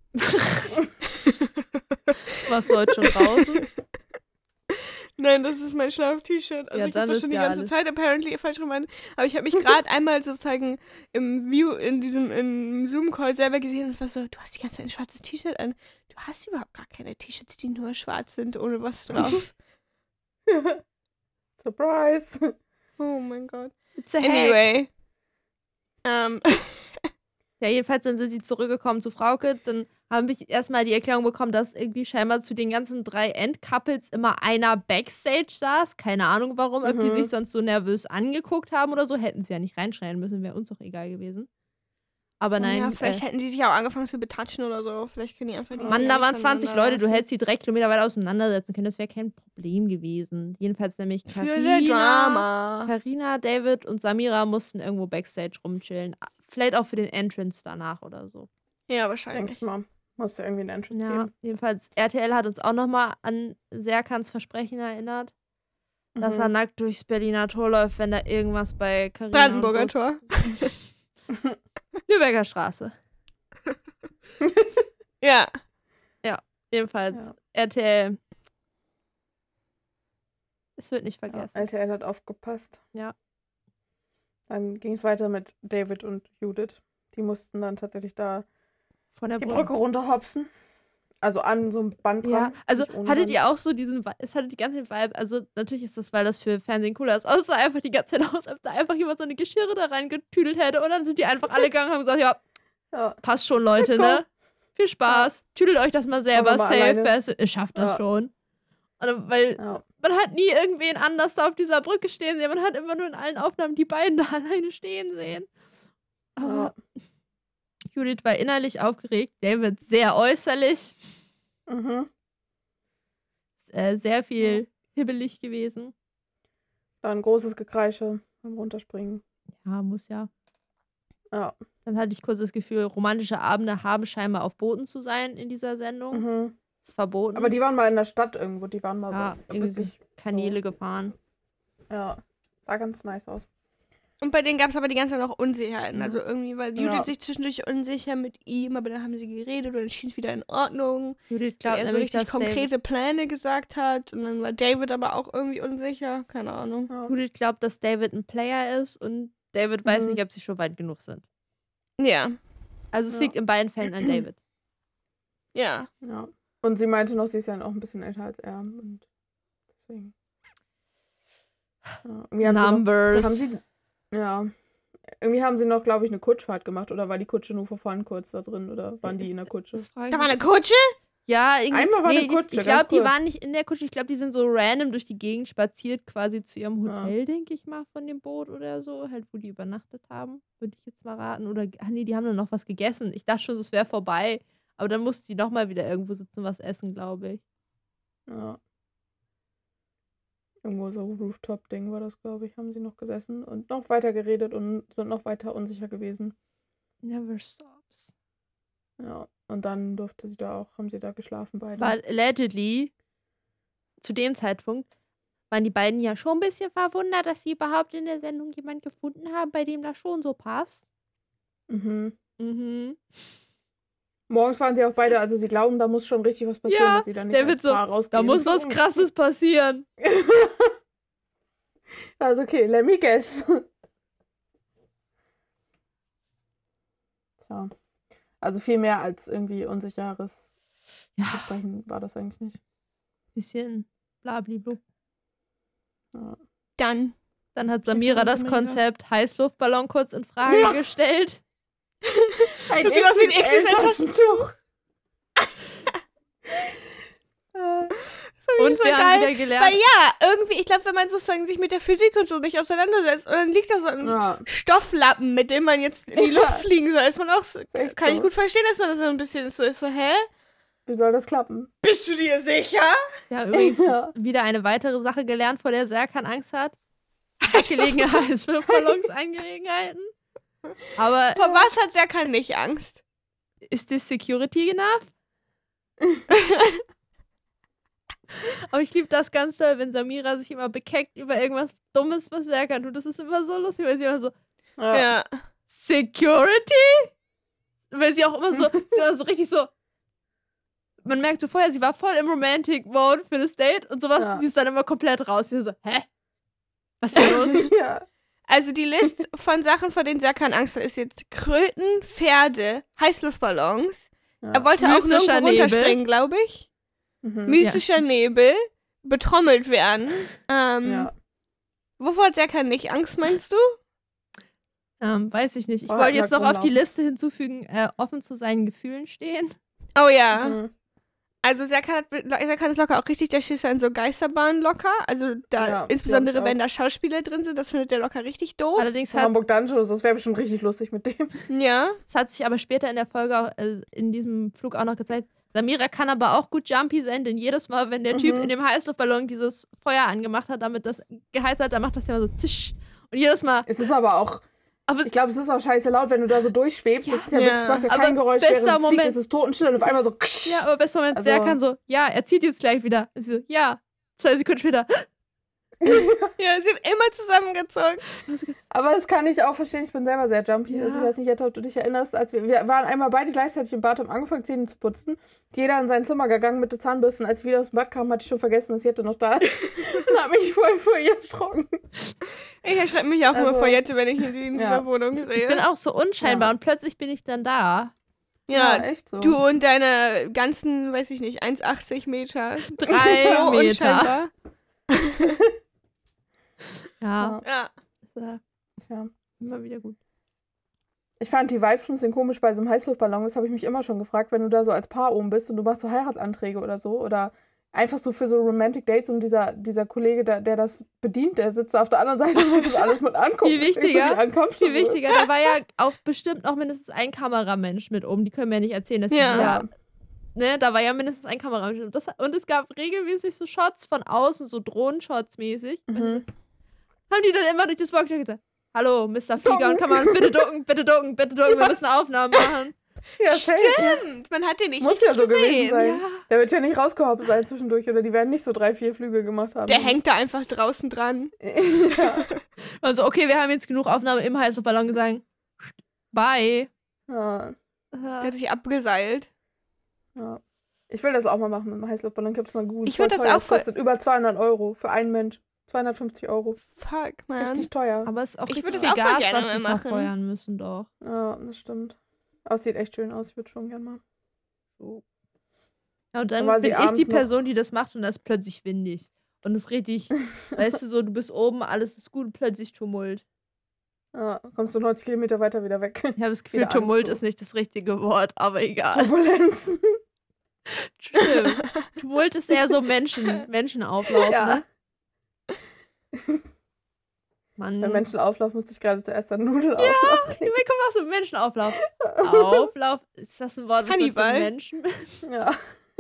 Warst du heute schon draußen? Nein, das ist mein Schlaf-T-Shirt. Also Ja, ich dann habe das ist schon die ja ganze alles. Zeit apparently falsch rum an. Aber ich habe mich gerade einmal sozusagen im Zoom-Call selber gesehen und war so, du hast die ganze Zeit ein schwarzes T-Shirt an. Du hast überhaupt gar keine T-Shirts, die nur schwarz sind, ohne was drauf. Surprise! Oh mein Gott. It's a hack. Anyway. Ja, jedenfalls dann sind die zurückgekommen zu Frauke. Dann habe ich erstmal die Erklärung bekommen, dass irgendwie scheinbar zu den ganzen 3 Endcouples immer einer Backstage saß. Keine Ahnung warum, ob die sich sonst so nervös angeguckt haben oder so. Hätten sie ja nicht reinschneiden müssen, wäre uns doch egal gewesen. Aber nein. Ja, vielleicht hätten die sich auch angefangen zu betatschen oder so. Vielleicht können die einfach die Mann, Finger da waren nicht 20 voneinander Leute, du lassen. hättest sie 3 Kilometer weit auseinandersetzen können. Das wäre kein Problem gewesen. Jedenfalls nämlich Für the Drama. Carina, David und Samira mussten irgendwo Backstage rumchillen. Vielleicht auch für den Entrance danach oder so. Ja, Denke wahrscheinlich. ich mal. Muss ja irgendwie einen Entrance Ja, geben. jedenfalls RTL hat uns auch nochmal an Serkans Versprechen erinnert, dass er nackt durchs Berliner Tor läuft, wenn da irgendwas bei Carina Brandenburger und Tor. Lübecker Straße. Ja. Jedenfalls Ja. RTL. Es wird nicht Ja, vergessen. RTL hat aufgepasst. Ja. Dann ging es weiter mit David und Judith. Die mussten dann tatsächlich da Von der die Brücke runterhopsen. Also an so einem Band dran. Ja, also nicht ohne hattet Band. ihr auch so es hatte die ganze Vibe, also natürlich ist das, weil das für Fernsehen cooler ist, aber es sah einfach die ganze Zeit aus, als da einfach jemand so eine Geschirre da reingetüdelt hätte und dann sind die einfach alle gegangen und haben gesagt, ja, Ja. passt schon, Leute, Let's go. ne? Viel Spaß. Tüdelt euch das mal selber Machen wir mal safe alleine. fest. Ihr schafft das Ja. schon. Und weil Ja. man hat nie irgendwen anders da auf dieser Brücke stehen sehen. Man hat immer nur in allen Aufnahmen die beiden da alleine stehen sehen. Aber Judith war innerlich aufgeregt. David sehr äußerlich. Mhm. Sehr viel hibbelig gewesen. Dann großes Gekreische beim Runterspringen. Ja, muss ja. Ja. Dann hatte ich kurz das Gefühl, romantische Abende haben scheinbar auf Booten zu sein in dieser Sendung. Mhm. Ist verboten. Aber die waren mal in der Stadt irgendwo. Die waren mal ja, irgendwie wirklich. so Kanäle gefahren. Ja. Sah ganz nice aus. Und bei denen gab es aber die ganze Zeit noch Unsicherheiten. Also irgendwie war Judith Ja. sich zwischendurch unsicher mit ihm, aber dann haben sie geredet und dann schien es wieder in Ordnung. Judith Weil glaubt er so nämlich, richtig dass David, konkrete Pläne gesagt hat. Und dann war David aber auch irgendwie unsicher. Keine Ahnung. Ja. Judith glaubt, dass David ein Player ist und David weiß nicht, ob sie schon weit genug sind. Ja. Also es Ja. liegt in beiden Fällen an David. Ja. Ja. Und sie meinte noch, sie ist ja auch ein bisschen älter als er. Und deswegen. Ja. Irgendwie Numbers. Irgendwie haben sie noch, glaube ich, eine Kutschfahrt gemacht. Oder war die Kutsche nur vor Fun kurz da drin? Oder waren die in der Kutsche? Das frage ich Da war mich. eine Kutsche? Ja, irgendwie. Einmal war eine Kutsche, Ich glaube, ganz die kurz. waren nicht in der Kutsche. Ich glaube, die sind so random durch die Gegend spaziert, quasi zu ihrem Hotel, denke ich mal, von dem Boot oder so. Halt, wo die übernachtet haben. Würde ich jetzt mal raten. Oder, nee, die haben nur noch was gegessen. Ich dachte schon, es wäre vorbei. Aber dann musste die nochmal wieder irgendwo sitzen, was essen, glaube ich. Ja. Irgendwo so Rooftop-Ding war das, glaube ich, haben sie noch gesessen und noch weiter geredet und sind noch weiter unsicher gewesen. Never stops. Ja. Und dann haben sie da geschlafen beide. Weil allegedly, zu dem Zeitpunkt, waren die beiden ja schon ein bisschen verwundert, dass sie überhaupt in der Sendung jemanden gefunden haben, bei dem das schon so passt. Mhm. Mhm. Morgens waren sie auch beide, also sie glauben, da muss schon richtig was passieren, Ja, dass sie dann nicht der wird als so, Paar rausgehen. da muss was Krasses passieren. Also okay, let me guess. Tja. Also viel mehr als irgendwie unsicheres Ja, Versprechen war das eigentlich nicht. bisschen blabliblu. Ja. Dann. Dann hat Samira das Samira. Konzept Heißluftballon kurz in Frage Ja. gestellt. Ein Das sieht aus wie ein XXL-Taschentuch. Und so wir geil, haben wieder gelernt, Weil ja, irgendwie, ich glaube, wenn man sozusagen sich mit der Physik und so nicht auseinandersetzt und dann liegt da so ein Ja. Stofflappen, mit dem man jetzt in die Ja. Luft fliegen soll, ist man auch so, echt kann ich so. gut verstehen, dass man das so ein bisschen so ist, so, hä? Wie soll das klappen? Bist du dir sicher? wir haben übrigens Ja. wieder eine weitere Sache gelernt, vor der Serkan Angst hat. Abgelegene Heißluftballons-Angelegenheiten. Aber Vor was hat Serkan nicht Angst? ist das Security enough? Aber ich liebe das ganz doll, wenn Samira sich immer bekeckt über irgendwas Dummes, was Serkan tut. Das ist immer so lustig, weil sie immer so, Ja. Security? Weil sie auch immer so, sie war so richtig so, man merkt so vorher, sie war voll im Romantic-Mode für das Date und sowas. Ja. Sie ist dann immer komplett raus. Sie ist so, hä? Was ist hier los? Ja. Also die Liste von Sachen, vor denen Serkan Angst hat, ist jetzt Kröten, Pferde, Heißluftballons. Ja. Er wollte auch Mystischer nirgendwo Nebel. runterspringen, glaube ich. Mhm. Mystischer Nebel, betrommelt werden. Ja. Wovor hat Serkan nicht Angst, meinst du? Weiß ich nicht. Ich Oh, wollte ja, jetzt noch auf die rumlaufen. Liste hinzufügen, offen zu seinen Gefühlen stehen. Oh ja. Mhm. Also Serkan ist locker auch richtig der Schisser in so Geisterbahnen locker. Also da, Ja, insbesondere glaub ich wenn da Schauspieler drin sind, das findet der locker richtig doof. Allerdings So hat Hamburg Dungeons, das wäre bestimmt richtig lustig mit dem. Ja. es hat sich aber später in der Folge, auch, in diesem Flug auch noch gezeigt, Samira kann aber auch gut jumpy sein, denn jedes Mal, wenn der Typ Mhm. in dem Heißluftballon dieses Feuer angemacht hat, damit das geheizt hat, dann macht das ja immer so zisch. Und jedes Mal, Es ist aber auch, aber ich es, glaube, es ist auch scheiße laut, wenn du da so durchschwebst. Ja. Das ist ja Ja. wirklich, das macht ja Aber kein Geräusch, bester während es fliegt. Moment. Es ist totenstill und auf einmal so ja, aber bester Moment, Also- Serkan so, ja, er zieht jetzt gleich wieder. Und sie so, ja. 2 Sekunden später. Ja, sie sind immer zusammengezogen. Aber das kann ich auch verstehen, ich bin selber sehr jumpy. Ja. Also ich weiß nicht, Jette, ob du dich erinnerst, als wir waren einmal beide gleichzeitig im Bad, haben angefangen, Zähne zu putzen. Jeder in sein Zimmer gegangen mit der Zahnbürste. Und als ich wieder aus dem Bad kam, hatte ich schon vergessen, dass Jette noch da ist. Und habe mich voll vor ihr erschrocken. Ich erschrecke mich auch immer Also- vor jetzt, wenn ich in dieser Ja. Wohnung Ich sehe. bin auch so unscheinbar Ja. und plötzlich bin ich dann da. Ja, echt so. du und deine ganzen, weiß ich nicht, 1,80 Meter. 3 So Meter. unscheinbar. Ja, Ja. ist, Ja. immer wieder gut. Ich fand die Vibes schon ein bisschen komisch bei so einem Heißluftballon. Das habe ich mich immer schon gefragt, wenn du da so als Paar oben bist und du machst so Heiratsanträge oder so. Oder einfach so für so Romantic Dates und dieser Kollege, der das bedient, der sitzt da auf der anderen Seite und muss das alles mit angucken. Viel wichtiger, Ich so, wie ankommst du Viel wohl? wichtiger, da war ja auch bestimmt noch mindestens ein Kameramensch mit oben. Die können mir ja nicht erzählen, dass Ja. die ja, ne, da war ja mindestens ein Kameramensch. Und es gab regelmäßig so Shots von außen, so Drohnenshots mäßig. Mhm. Haben die dann immer durch das Walkie gesagt, hallo, Mr. Flieger, und kann man bitte ducken, bitte ducken, bitte ducken, wir müssen Aufnahmen machen. Ja, safe. Stimmt, man hat den nicht Muss ja richtig so gewesen gesehen. sein. Ja. Der wird ja nicht rausgehoppelt sein zwischendurch oder die werden nicht so 3-4 Flüge gemacht haben. Der hängt da einfach draußen dran. ja. Also, okay, wir haben jetzt genug Aufnahmen im Heißluftballon gesagt. Bye. Ja. Der hat sich abgeseilt. Ja. Ich will das auch mal machen mit dem Heißluftballon. Ich hab's mal gut. Ich würd das auch Das voll- kostet über 200 € für einen Mensch. 250 €. Fuck, man. Richtig teuer. Aber es ist auch Ich richtig würde viel das auch voll Gas, gerne was mal sie machen. verfeuern müssen, doch. Ja, das stimmt. Aber es sieht echt schön aus. Ich würde schon gerne mal. Ja, und Dann dann war sie bin ich die abends noch- Person, die das macht und das ist plötzlich windig. Und es ist richtig, weißt du, so, du bist oben, alles ist gut, plötzlich Tumult. Ja, kommst du 90 Kilometer weiter wieder weg. Ich habe das Gefühl, Wieder Tumult Angst. ist nicht das richtige Wort, aber egal. Turbulenzen. Stimmt. Tumult ist eher so Menschenauflauf, Ja. ne? Mann. Beim Menschenauflauf musste ich gerade zuerst an Nudelauflauf denken. Mir kommt auch so Menschenauflauf. Auflauf? Ist das ein Wort, was man Hannibal. für Menschen? Ja.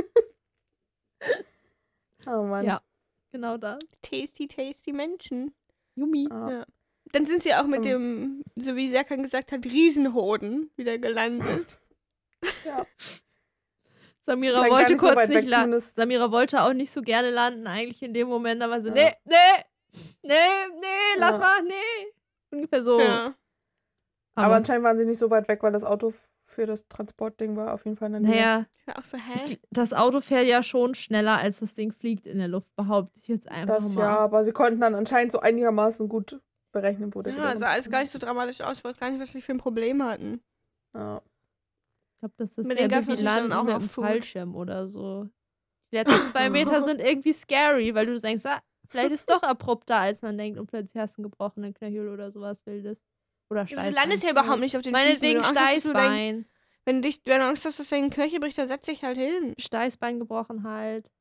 Oh Mann. Ja. Genau das. Tasty, tasty Menschen. Yumi. Ja. Ja. Dann sind sie auch mit Ähm. dem, so wie Serkan gesagt hat, Riesenhoden wieder gelandet. Ja. Samira Scheint gar wollte nicht so kurz weit nicht weg landen. zumindest. Samira wollte auch nicht so gerne landen, eigentlich in dem Moment, aber so, Ja. nee, lass Ja. mal, nee. Ungefähr so. Ja. Aber anscheinend waren sie nicht so weit weg, weil das Auto für das Transportding war auf jeden Fall in der Nähe. naja, Ich war auch so, hä? das Auto fährt ja schon schneller, als das Ding fliegt in der Luft, behaupte ich jetzt einfach Das mal. ja, aber sie konnten dann anscheinend so einigermaßen gut berechnen, wo der Ja, sah alles gar nicht so dramatisch aus. Ich weiß gar nicht, was sie für ein Problem hatten. Ja. Ich glaube, das ist Mit denen sehr gab's wie natürlich dann Landen auch mit noch dem Food. Fallschirm oder so. Die letzten 2 Meter sind irgendwie scary, weil du denkst, vielleicht ist es doch abrupter, als man denkt, und plötzlich hast du einen gebrochenen Knöchel oder sowas Wildes. Oder Du Steißbein. landest ja überhaupt nicht auf den Füßen. Meinetwegen Wenn du Angst hast, dass du Steißbein. wenn du Angst hast, dass dein Knöchel bricht, dann setz dich halt hin. Steißbein gebrochen halt.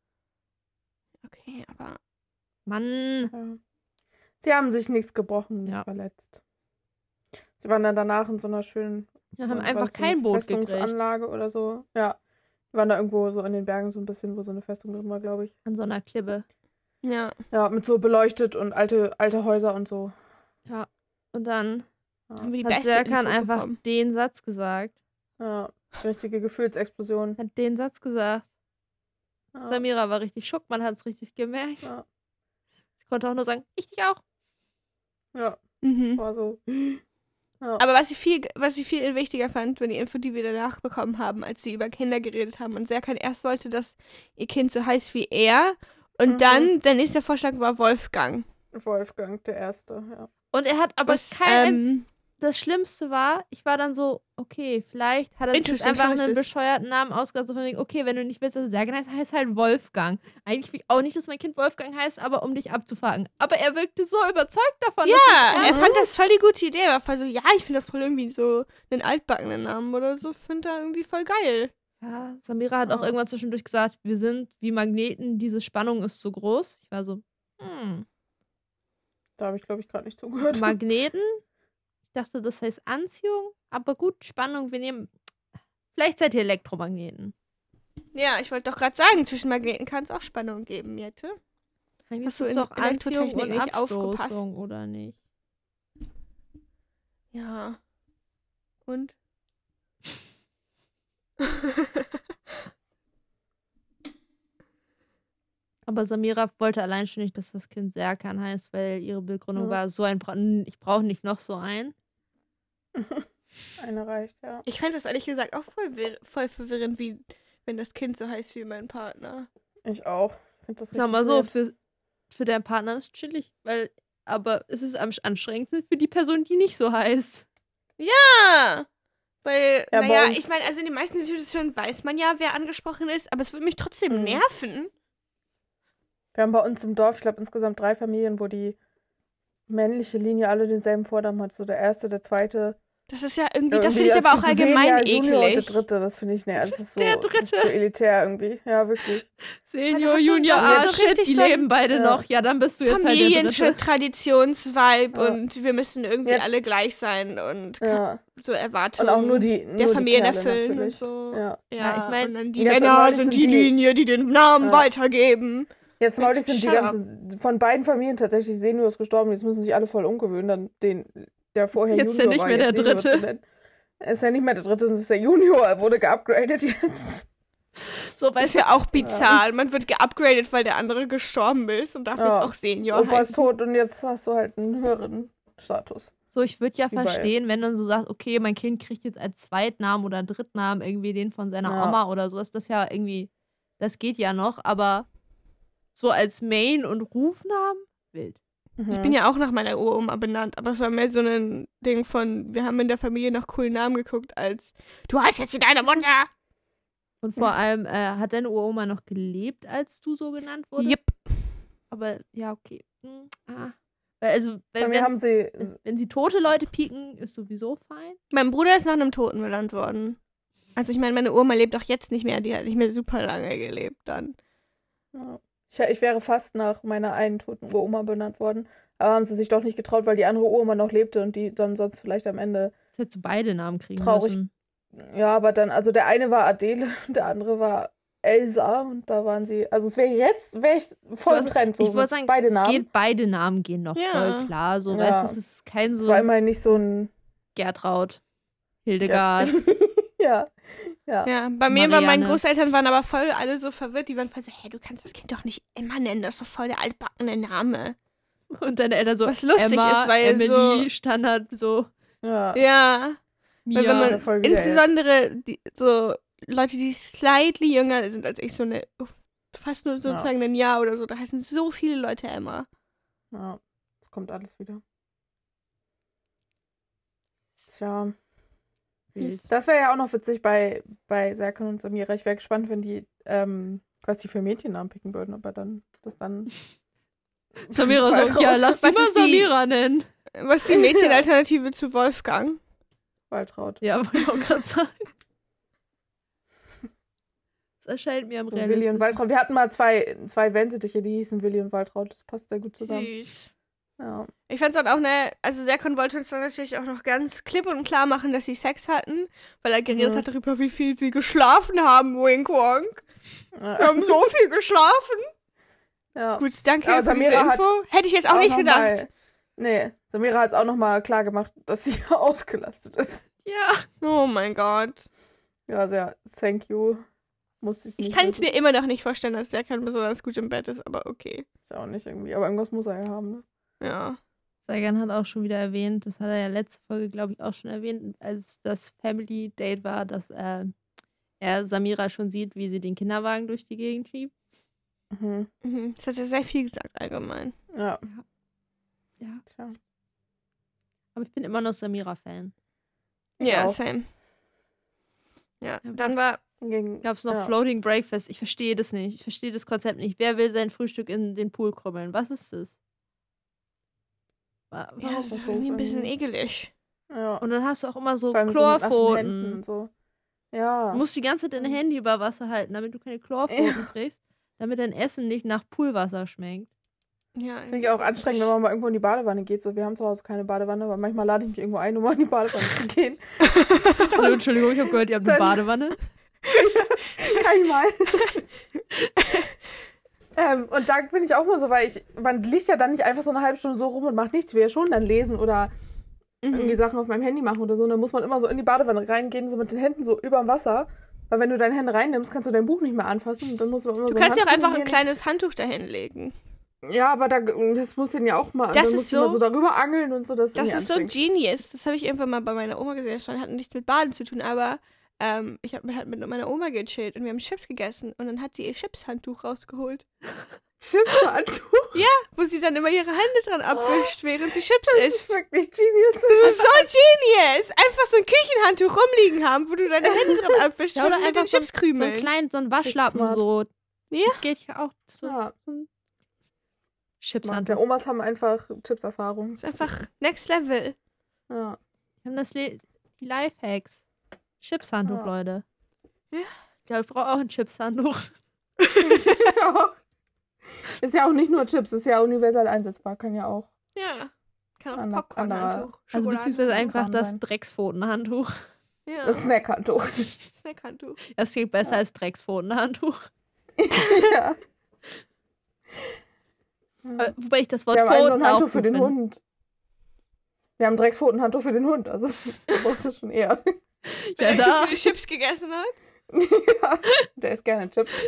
Okay, aber Mann. Ja. Sie haben sich nichts gebrochen, nicht Ja. verletzt. Sie waren dann danach in so einer schönen Wir haben war einfach das so eine kein Boot gekriegt. Festungsanlage oder so. Ja. Wir waren da irgendwo so in den Bergen so ein bisschen, wo so eine Festung drin war, glaube ich. An so einer Klippe. ja. Ja, mit so beleuchtet und alte Häuser und so. Ja. Und dann Haben wir die hat beste Serkan Info einfach bekommen. den Satz gesagt. Ja, richtige Gefühlsexplosion. Hat den Satz gesagt. Ja. Samira war richtig schock, man hat es richtig gemerkt. Ja. Sie konnte auch nur sagen, ich dich auch. Ja, Mhm. war so. Aber was ich viel wichtiger fand, wenn die Info, die wir danach bekommen haben, als sie über Kinder geredet haben und Serkan erst wollte, dass ihr Kind so heißt wie er und Mhm. dann der nächste Vorschlag war Wolfgang. Wolfgang, der Erste, ja. Und er hat aber Was, das Schlimmste war, ich war dann so, okay, vielleicht hat er sich jetzt Interesting einfach einen choices. bescheuerten Namen ausgedacht, so von wegen, okay, wenn du nicht willst, dass es Serkan heißt, heißt halt Wolfgang. Eigentlich will ich auch nicht, dass mein Kind Wolfgang heißt, aber um dich abzufangen. Aber er wirkte so überzeugt davon. ja, dass er fand das voll die gute Idee. Er war voll so, ja, ich finde das voll irgendwie so einen altbackenen Namen oder so. Finde da irgendwie voll geil. ja, Samira hat auch Ja. irgendwann zwischendurch gesagt, wir sind wie Magneten, diese Spannung ist zu groß. Ich war so, Da habe ich, glaube ich, gerade nicht zugehört. Magneten? Ich dachte, das heißt Anziehung, aber gut, Spannung, wir nehmen, vielleicht seid ihr Elektromagneten. Ja, ich wollte doch gerade sagen, zwischen Magneten kann es auch Spannung geben, Jette. Eigentlich Hast ist du es in doch Anziehung Elektrotechnik und nicht aufgepasst? Abstoßung, oder nicht? Ja. Und? Aber Samira wollte allein schon nicht, dass das Kind Serkan heißt, weil ihre Begründung Ja. war, so ein ich brauche nicht noch so einen. Eine reicht, ja. Ich fand das ehrlich gesagt auch voll verwirrend, wie wenn das Kind so heißt wie mein Partner. Ich auch. Find das Sag mal richtig so, weird. für deinen Partner ist chillig, aber es ist am anstrengendsten für die Person, die nicht so heißt. Ja! Weil, Ja, bei naja, uns- ich meine, also in den meisten Situationen weiß man ja, wer angesprochen ist, aber es würde mich trotzdem Mhm. nerven. Wir haben bei uns im Dorf, ich glaube, insgesamt 3 Familien, wo die männliche Linie alle denselben Vornamen hat. So der erste, der zweite. Das ist ja irgendwie, das finde ich es aber auch gibt Senior, allgemein Junior und der eklig. dritte, das finde ich, ne, das ist so, Der das ist so Dritte. elitär irgendwie. Ja, wirklich. Senior, hat so- Junior, das hat so shit, richtig die so ein- leben beide Ja. noch. Ja, dann bist du jetzt halt der Dritte. Familientraditions-Vibe Ja. und wir müssen irgendwie Jetzt- alle gleich sein und Ja. so Erwartungen Und auch nur die der Familien Kerle erfüllen und natürlich. so. Ja. Ja, ich mein, und dann die jetzt Männer neulich sind sind die die- Linie, die den Namen Ja. weitergeben. Jetzt neulich sind die Shut up. ganzen, von beiden Familien tatsächlich Seniors gestorben. Jetzt müssen sich alle voll umgewöhnen, dann der vorher Jetzt ist Junior er nicht war, mehr jetzt der Senior Dritte. zu nennen. Er ist ja nicht mehr der Dritte, es ist der Junior. Er wurde geupgradet jetzt. So, Ist weißt du, ja auch bizarr. Man wird geupgradet, weil der andere gestorben ist und darf Ja. jetzt auch Senior Opa ist heißen. tot und jetzt hast du halt einen höheren Status. so, ich würde ja Wie bei- verstehen, wenn du so sagst, okay, mein Kind kriegt jetzt als Zweitnamen oder Drittnamen irgendwie den von seiner Ja. Oma oder so. Ist das ja irgendwie, das geht ja noch, aber so als Main- und Rufnamen? Wild. Ich bin ja auch nach meiner Uroma benannt, aber es war mehr so ein Ding von, wir haben in der Familie nach coolen Namen geguckt, als du heißt jetzt wie deine Mutter. Und vor allem, hat deine Uroma noch gelebt, als du so genannt wurdest? Yep. Aber, ja, okay. Weil, also, Bei mir haben sie, wenn sie tote Leute pieken, ist sowieso fein. Mein Bruder ist nach einem Toten benannt worden. Also ich meine, meine Oma lebt auch jetzt nicht mehr, die hat nicht mehr super lange gelebt dann. ich wäre fast nach meiner einen toten Uroma benannt worden. Aber haben sie sich doch nicht getraut, weil die andere Uroma noch lebte und die dann sonst vielleicht am Ende. Jetzt hättest du beide Namen kriegen Traurig. müssen. Ja, aber dann, also der eine war Adele und der andere war Elsa und da waren sie. Also es wäre ich voll im Trend. So Ich wollte mit sagen, beide Namen. beide Namen gehen noch Ja. voll klar. So, Ja. weißt du, es ist kein Es so war immerhin nicht so ein. Gertraud, Hildegard. Ja. Ja, bei mir, bei meinen Marianne. Großeltern waren aber voll alle so verwirrt. Die waren voll so, hey, du kannst das Kind doch nicht Emma nennen. Das ist doch voll der altbackene Name. Und deine Eltern so, Was lustig Emma, ist, weil Emily, so- Standard, so, Ja. Ja, weil wenn Mia. man voll wieder insbesondere so Leute, die slightly jünger sind als ich, so eine fast nur sozusagen ein Jahr oder so, da heißen so viele Leute Emma. Ja. Es kommt alles wieder. Tja. Wild. Das wäre ja auch noch witzig bei Serkan und Samira. Ich wäre gespannt, wenn die quasi für Mädchennamen picken würden, aber dann das dann. Samira Waltraud. so, ja, lass die Was mal ist die- Samira nennen. Was ist die Mädchenalternative zu Wolfgang? Waltraud. Ja, wollte ich auch gerade sagen. Das erscheint mir am So, Willi und realistischsten. Waltraud. Wir hatten mal zwei Wellensittiche, die hießen Willi und Waltraud. Das passt sehr gut zusammen. Süß. Ja. Ich fand's dann auch, also Serkan wollte uns dann natürlich auch noch ganz klipp und klar machen, dass sie Sex hatten, weil er geredet hat darüber, wie viel sie geschlafen haben, wink wonk. Wir haben so viel geschlafen. Ja. Gut, danke Aber für diese Samira hat Info. Hätte ich jetzt auch nicht noch gedacht. Mal, nee, Samira hat es auch nochmal klar gemacht, dass sie ausgelastet ist. Ja. Oh mein Gott. Ja, sehr. Thank you. Musste ich nicht. Ich kann es wissen. mir immer noch nicht vorstellen, dass Serkan besonders gut im Bett ist, aber okay. Ich auch nicht irgendwie. Aber irgendwas muss er ja haben, ne? Ja. Sagan hat auch schon wieder erwähnt, das hat er ja letzte Folge, glaube ich, auch schon erwähnt, als das Family Date war, dass er Samira schon sieht, wie sie den Kinderwagen durch die Gegend schiebt. Mhm. Mhm. Das hat ja sehr viel gesagt allgemein. Ja. Ja. Tja. Aber ich bin immer noch Samira-Fan. Ja, auch. same. Ja, Ja, dann war Gab es noch Ja. Floating Breakfast? Ich verstehe das nicht. Ich verstehe das Konzept nicht. Wer will sein Frühstück in den Pool krümmeln? Was ist das? ja, Warum? das ist doof irgendwie ein bisschen irgendwie. ekelig. Ja. Und dann hast du auch immer so Vor allem so mit nassen Händen Chlorpfoten. und so. Ja. Du musst die ganze Zeit dein Handy über Wasser halten, damit du keine Chlorpfoten kriegst, damit dein Essen nicht nach Poolwasser schmeckt. Ja, Das finde ich auch anstrengend, wenn man mal irgendwo in die Badewanne geht. So, wir haben zu Hause keine Badewanne, aber manchmal lade ich mich irgendwo ein, um mal in die Badewanne zu gehen. Hallo, Entschuldigung, ich habe gehört, ihr habt eine Dann- Badewanne. Einmal. Und da bin ich auch mal so, weil man liegt ja dann nicht einfach so eine halbe Stunde so rum und macht nichts. Ich will ja schon dann lesen oder irgendwie Sachen auf meinem Handy machen oder so. Und dann muss man immer so in die Badewanne reingehen, so mit den Händen so überm Wasser. Weil wenn du deine Hände reinnimmst, kannst du dein Buch nicht mehr anfassen. Und dann musst du immer Du so kannst ja auch Handtuch einfach ein nehmen. kleines Handtuch dahin legen. Ja, aber das muss den ja auch mal. Das dann ist musst du mal so- so darüber angeln und so. Das Das irgendwie ist so anstrengend. genius. Das habe ich irgendwann mal bei meiner Oma gesehen. Das hat nichts mit Baden zu tun, aber ich habe halt mit meiner Oma gechillt und wir haben Chips gegessen und dann hat sie ihr Chips-Handtuch rausgeholt, Chipshandtuch. wo sie dann immer ihre Hände dran abwischt, während sie Chips Das isst. ist wirklich genius. Das ist so genius! Einfach so ein Küchenhandtuch rumliegen haben, wo du deine Hände dran abwischst, Ja, wo oder du mit den einfach so Chips krümeln. so ein Waschlappen, smart. so. Ja. Das geht ja auch. So, Ja. so ein Der Chips-Handtuch. Omas haben einfach Chips-Erfahrung. Das ist einfach next level. Ja. Wir haben die Lifehacks. Chips-Handtuch, Ja. Leute. Ja. Ich glaube, ich brauche auch ein Chips-Handtuch. Ja. Ist ja auch nicht nur Chips, ist ja universell einsetzbar, kann ja auch. Ja. Kann auch Anderer- Popcorn-Handtuch. Also beziehungsweise einfach kann das sein. Dreckspfotenhandtuch. Ja. Das Snackhandtuch. Snackhandtuch. Das klingt besser als Dreckspfotenhandtuch. Ja. Wobei ich das Wort Wir haben so Pfoten ein auch Handtuch für gut den finde. Hund. Wir haben ein Dreckspfotenhandtuch für den Hund, also ich brauche das schon eher. Ja, Wenn er da. so viele Chips gegessen hat. Ja, der isst gerne Chips.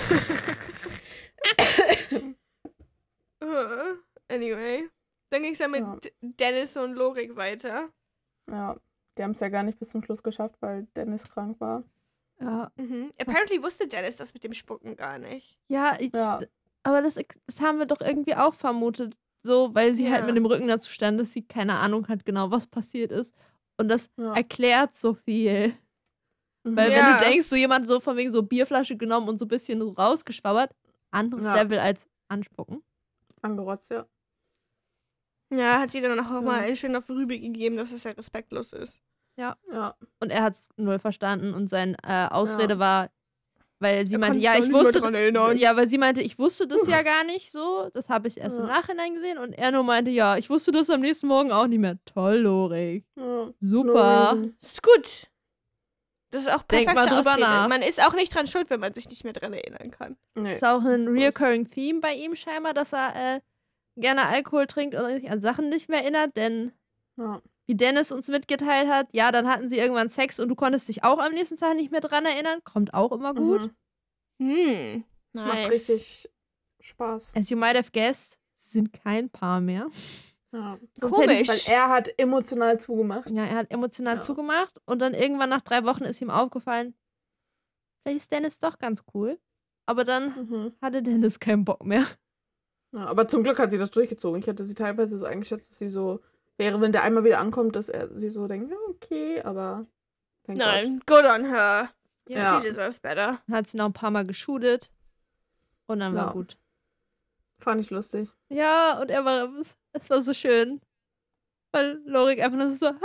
Anyway. Dann ging es ja mit Ja. Dennis und Lorik weiter. Ja, die haben es ja gar nicht bis zum Schluss geschafft, weil Dennis krank war. Ja, Mhm. Apparently wusste Dennis das mit dem Spucken gar nicht. Ja, aber das haben wir doch irgendwie auch vermutet. So, weil sie halt Ja. mit dem Rücken dazu stand, dass sie keine Ahnung hat genau, was passiert ist. Und das ja. erklärt so viel. Mhm. Weil wenn Ja. du denkst, so jemand so von wegen so Bierflasche genommen und so ein bisschen so rausgeschwabbert, anderes Ja. Level als anspucken. Angerotzt, ja. Ja, hat sie dann auch Ja. mal schön auf die Rübe gegeben, dass es ja respektlos ist. Ja. Und er hat es null verstanden und seine Ausrede Ja. war, weil sie Er meinte, kann ja, sich ich auch nicht mehr wusste, dran erinnern. ja, weil sie meinte, ich wusste das ja gar nicht so, das habe ich erst im Ja. Nachhinein gesehen und er nur meinte, ja, ich wusste das am nächsten Morgen auch nicht mehr. Toll, Lorik. Ja. Super. No reason. Ist gut. Das ist auch Denk perfekte mal drüber Ausrede. nach. Man ist auch nicht dran schuld, wenn man sich nicht mehr dran erinnern kann. Das Nee. ist auch ein of course. reoccurring Theme bei ihm scheinbar, dass er gerne Alkohol trinkt und sich an Sachen nicht mehr erinnert, denn Ja. wie Dennis uns mitgeteilt hat, ja, dann hatten sie irgendwann Sex und du konntest dich auch am nächsten Tag nicht mehr dran erinnern. Kommt auch immer gut. Macht Nice. richtig Spaß. As you might have guessed, sie sind kein Paar mehr. Ja. Sonst hätte ich- Komisch. Weil er hat emotional zugemacht. Ja, er hat emotional Ja. zugemacht und dann irgendwann nach 3 Wochen ist ihm aufgefallen, vielleicht ist Dennis doch ganz cool. Aber dann hatte Dennis keinen Bock mehr. Ja, aber zum Glück hat sie das durchgezogen. Ich hätte sie teilweise so eingeschätzt, dass sie so wäre, wenn der einmal wieder ankommt, dass er sie so denkt, ja, okay, aber thank God. Nein, good on her. Ja. She deserves better. Dann hat sie noch ein paar Mal geschootet und dann Ja. war gut. Fand ich lustig. Ja, und es war so schön. Weil Lorik einfach nur so,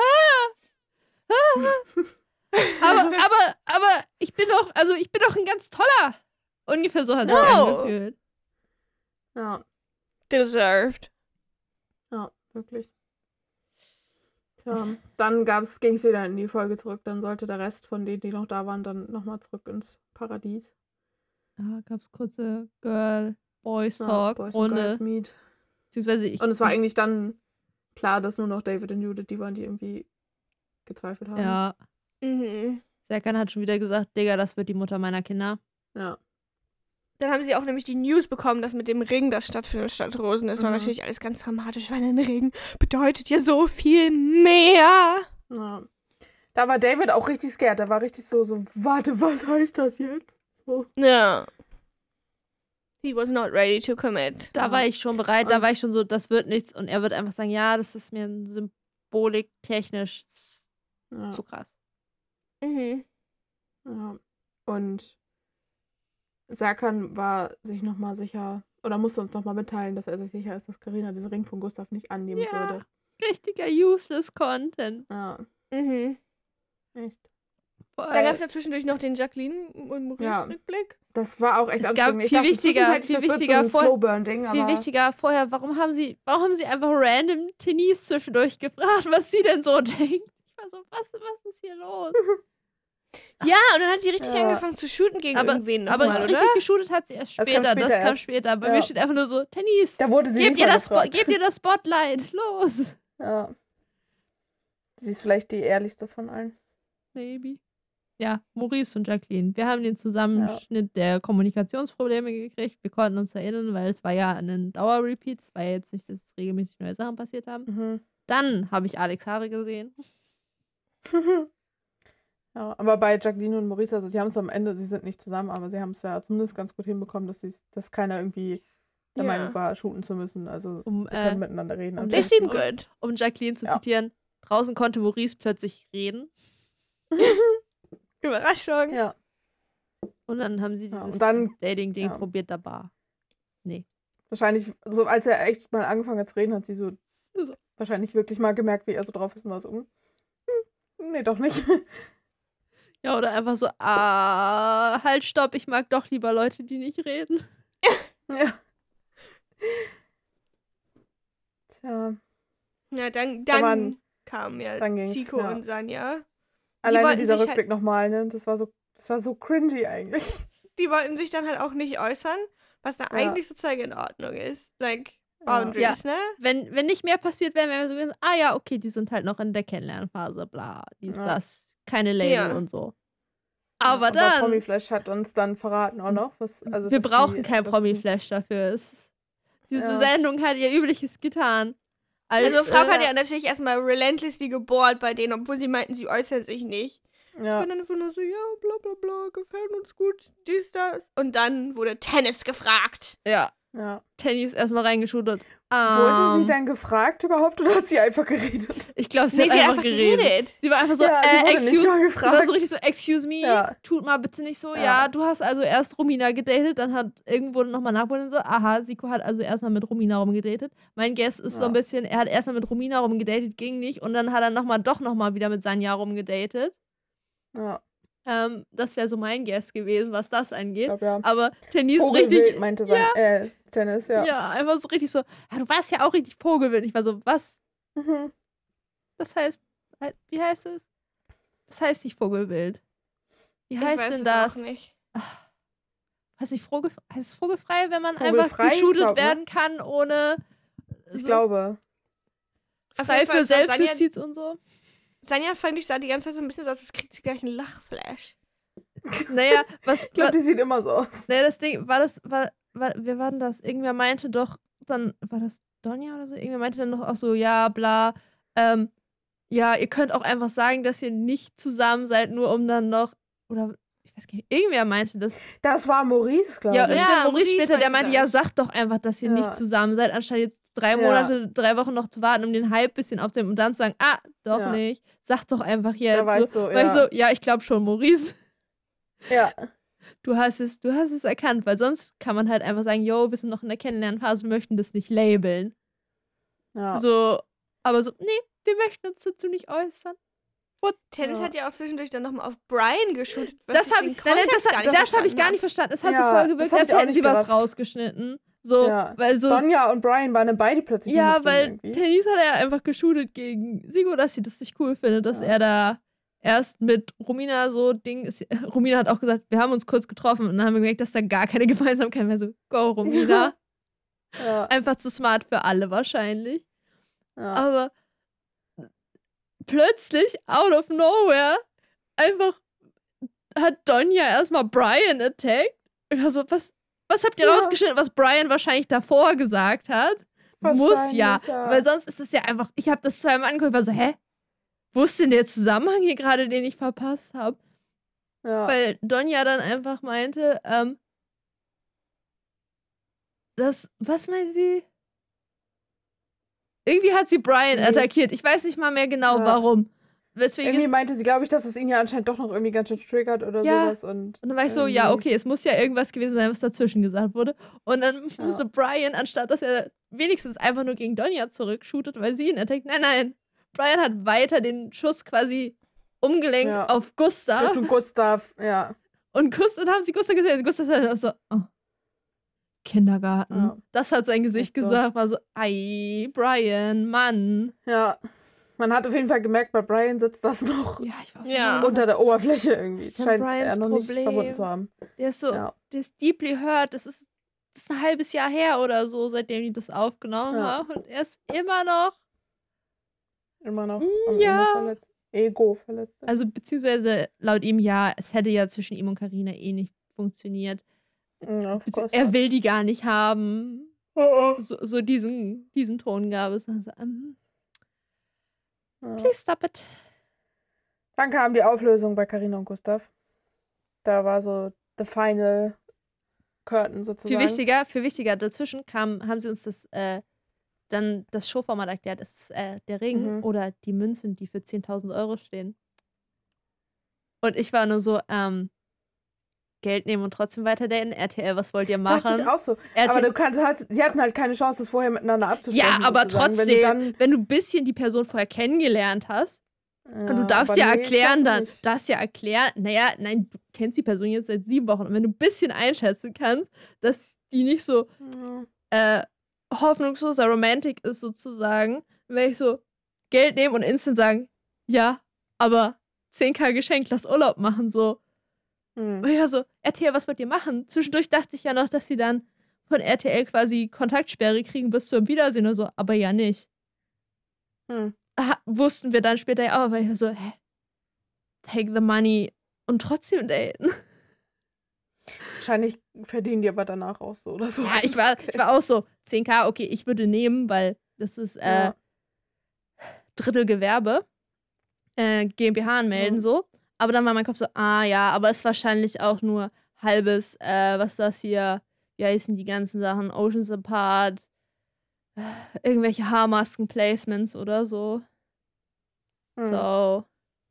aber ich bin doch ein ganz toller. Ungefähr so hat sie sich No. angefühlt. Ja, Deserved. ja, wirklich. Tja, dann ging es wieder in die Folge zurück. Dann sollte der Rest von denen, die noch da waren, dann nochmal zurück ins Paradies. Ja, gab's kurze Boys Ja, Talk Boys and Runde. Girls Meet. Beziehungsweise Und es war eigentlich dann klar, dass nur noch David und Judith die waren, die irgendwie gezweifelt haben. ja, Mhm. Serkan hat schon wieder gesagt, Digga, das wird die Mutter meiner Kinder. Ja. Dann haben sie auch nämlich die News bekommen, dass mit dem Ring, das stattfindet statt Rosen, das war Mhm. natürlich alles ganz dramatisch, weil ein Ring bedeutet ja so viel mehr. Ja. Da war David auch richtig scared. Der war richtig so, warte, was heißt das jetzt? So. Ja. He was not ready to commit. Da war ich schon bereit, da war ich schon so, das wird nichts. Und er wird einfach sagen, ja, das ist mir symboliktechnisch Ja. zu krass. Mhm. Ja. Und Serkan war sich nochmal sicher, oder musste uns nochmal mitteilen, dass er sich sicher ist, dass Carina den Ring von Gustav nicht annehmen Ja. würde. Richtiger useless Content. Ja, Mhm. echt. Dann gab es ja zwischendurch noch den Jacqueline und Maurice-Rückblick. Das war auch echt Es gab anstrengend. Ich viel dachte wichtiger- zwischenzeitlich, viel das wird wichtiger so ein Slowburn-Ding, Viel aber wichtiger vorher, warum haben sie einfach random Denise zwischendurch gefragt, was sie denn so denkt? Ich war so, was ist hier los? Ja, und dann hat sie richtig Ja. angefangen zu shooten gegen Aber irgendwen Aber nochmal, oder? richtig geshootet hat sie erst Das später. kam später Das kam erst. später. Bei Ja. mir steht einfach nur so, Denise, da wurde sie gebt ihr, jedenfalls gefragt. gebt ihr das Spotlight. Los. Ja. Sie ist vielleicht die ehrlichste von allen. Maybe. Ja, Maurice und Jacqueline. Wir haben den Zusammenschnitt der Kommunikationsprobleme gekriegt. Wir konnten uns erinnern, weil es war ja ein Dauerrepeat. Es war ja jetzt nicht, dass regelmäßig neue Sachen passiert haben. Mhm. Dann habe ich Alex Haare gesehen. Ja, aber bei Jacqueline und Maurice, also sie haben es am Ende, sie sind nicht zusammen, aber sie haben es ja zumindest ganz gut hinbekommen, dass keiner irgendwie der Ja. Meinung war, shooten zu müssen. Also Um, sie können miteinander reden. am um They seem Telefon. good. Um Jacqueline zu Ja. zitieren, draußen konnte Maurice plötzlich reden. Überraschung. Ja. Und dann haben sie Ja, dieses und dann Dating-Ding ja. probiert, da war. wahrscheinlich, so als er echt mal angefangen hat zu reden, hat sie so So. wahrscheinlich wirklich mal gemerkt, wie er so drauf ist und war so, nee, doch nicht. Ja, oder einfach so, halt, stopp, ich mag doch lieber Leute, die nicht reden. Ja. Tja, Ja, dann waren- kamen ja dann ging's, Zico ja. und Sanja. alleine wollten dieser sich Rückblick nochmal, ne? Das war so cringy eigentlich. Die wollten sich dann halt auch nicht äußern, was da Ja. eigentlich sozusagen in Ordnung ist. Like, Ja. Boundaries, ne? Wenn nicht mehr passiert wäre, wären wir so gewesen, ja, okay, die sind halt noch in der Kennenlernphase, bla, dies, Ja. das, keine Label Ja. und so. Aber Und dann, Promiflash hat uns dann verraten auch noch, was. Also wir dass brauchen die- kein dass- Promi-Flash dafür. Diese Ja. Sendung hat ihr Übliches getan. Also Frau hat ja ja natürlich erstmal relentlessly gebohrt bei denen, obwohl sie meinten, sie äußern sich nicht. Ja. Und dann einfach nur so, ja, bla bla bla, gefällt uns gut, dies, das. Und dann wurde Tennis gefragt. Ja, Ja. Tennis erstmal reingeschudert. Wurde sie denn gefragt überhaupt oder hat sie einfach geredet? Ich glaube, sie Nee, hat sie hat einfach geredet. Sie war einfach so, Ja, sie wurde nicht mal sie war gefragt. so richtig so, excuse me, Ja. tut mal bitte nicht so. Ja. Ja, du hast also erst Romina gedatet, dann hat irgendwo nochmal nachgeholt und so, aha, Siko hat also erstmal mit Romina rumgedatet. Mein Guess ist so Ja. ein bisschen, er hat erstmal mit Romina rumgedatet, ging nicht und dann hat er doch nochmal wieder mit Sanja rumgedatet. Ja, Das wäre so mein Guess gewesen, was das ich angeht. glaube ja. Aber Tennis Vogelwild richtig, meinte Tennis, ja. ja, einfach so richtig so, ja, du warst ja auch richtig Vogelwild. Ich war so, was? Mhm. Das heißt, wie heißt es? Das heißt nicht Vogelwild. Wie Ich heißt weiß denn es das? auch nicht. Heißt nicht heißt es vogelfrei, wenn man Vogelfrei? einfach Ich geshootet glaub, ne? werden kann, ohne. Ich glaube. frei für Selbstjustiz und so. Sanja fand ich, sah die ganze Zeit so ein bisschen so aus, als kriegt sie gleich einen Lachflash. Naja, Ich glaube, die sieht immer so aus. naja, das Ding, wer war denn das? Irgendwer meinte doch, dann, war das Donja oder so? Irgendwer meinte dann doch auch so, ja, bla, ja, ihr könnt auch einfach sagen, dass ihr nicht zusammen seid, nur um dann noch, oder, ich weiß gar nicht, irgendwer meinte das. Das war Maurice, glaube Ja, ich. und stimmt, Maurice später, der meinte meinte, ja, sagt doch einfach, dass ihr nicht zusammen seid, anstatt jetzt 3 Monate, 3 Wochen noch zu warten, um den Hype ein bisschen aufzunehmen und dann zu sagen, doch nicht, sag doch einfach jetzt. Da war ich so, Weil ich so, ja, ich glaube schon, Maurice. Ja. Du hast es erkannt, weil sonst kann man halt einfach sagen, yo, wir sind noch in der Kennenlernphase, wir möchten das nicht labeln. Ja. So, aber so, nee, wir möchten uns dazu nicht äußern. Tennis hat ja auch zwischendurch dann nochmal auf Brian geshootet. Das habe ich gar nicht verstanden. Es hat so voll gewirkt, als hätten sie was rausgeschnitten. So, weil so. Donja und Brian waren dann beide plötzlich ja, mit drin weil irgendwie. Tennis hat ja einfach geshootet gegen Sigo, dass sie das nicht cool findet, dass er da erst mit Romina so Ding ist. Romina hat auch gesagt, wir haben uns kurz getroffen und dann haben wir gemerkt, dass da gar keine Gemeinsamkeit mehr so, go Romina. Einfach zu smart für alle wahrscheinlich. Ja. Aber plötzlich, out of nowhere, einfach hat Donja erstmal Brian attacked. Und also, was habt ihr rausgeschnitten, was Brian wahrscheinlich davor gesagt hat? Muss ja. Weil sonst ist es ja einfach, ich habe das zweimal angeguckt, war so, hä? Wo ist denn der Zusammenhang hier gerade, den ich verpasst habe? Ja. Weil Donja dann einfach meinte, was meint sie? Irgendwie hat sie Brian attackiert. Ich weiß nicht mal mehr genau, warum. Weswegen irgendwie meinte sie, glaube ich, dass es ihn ja anscheinend doch noch irgendwie ganz schön triggert oder sowas. Und dann war ich so, ja, okay, es muss ja irgendwas gewesen sein, was dazwischen gesagt wurde. Und dann musste Brian, anstatt dass er wenigstens einfach nur gegen Donja zurückshootet, weil sie ihn attackt, nein, Brian hat weiter den Schuss quasi umgelenkt auf Gustav. Richtung Gustav, ja. Und dann haben sie Gustav gesehen. Gustav hat dann so, Kindergarten. Ja. Das hat sein Gesicht gesagt, war so, ei, Brian, Mann. Ja. Man hat auf jeden Fall gemerkt, bei Brian sitzt das noch unter der Oberfläche irgendwie. Das scheint er noch nicht verbunden zu haben. Der ist so, der ist deeply hurt. Das ist ein halbes Jahr her oder so, seitdem die das aufgenommen haben. Und er ist immer noch Ego verletzt. Also beziehungsweise laut ihm es hätte ja zwischen ihm und Carina nicht funktioniert. Er will die gar nicht haben. So diesen Ton gab es. Also, please stop it. Dann kam die Auflösung bei Carina und Gustav. Da war so the final curtain sozusagen. Viel wichtiger. Dazwischen haben sie uns dann das Showformat erklärt. Es ist der Ring oder die Münzen, die für 10.000 Euro stehen. Und ich war nur so, Geld nehmen und trotzdem weiter daten. RTL, was wollt ihr machen? Dachte ich auch so. Aber sie hatten halt keine Chance, das vorher miteinander abzusprechen. Ja, aber trotzdem, wenn du ein bisschen die Person vorher kennengelernt hast, und du darfst erklären, nein, du kennst die Person jetzt seit 7 Wochen. Und wenn du ein bisschen einschätzen kannst, dass die nicht so hoffnungsloser Romantik ist sozusagen, wenn ich so Geld nehmen und instant sagen, ja, aber 10.000 geschenkt, lass Urlaub machen, so. Und ich war so, RTL, was wollt ihr machen? Zwischendurch dachte ich ja noch, dass sie dann von RTL quasi Kontaktsperre kriegen bis zum Wiedersehen oder so, aber ja nicht. Wussten wir dann später ja auch, weil ich war so, take the money und trotzdem daten. Wahrscheinlich verdienen die aber danach auch so oder so. Ja, ich war auch so, 10.000, okay, ich würde nehmen, weil das ist Drittel Gewerbe. GmbH anmelden, so. Aber dann war mein Kopf so, aber ist wahrscheinlich auch nur halbes, was das hier, wie heißen die ganzen Sachen, Oceans Apart, irgendwelche Haarmasken-Placements oder so. So.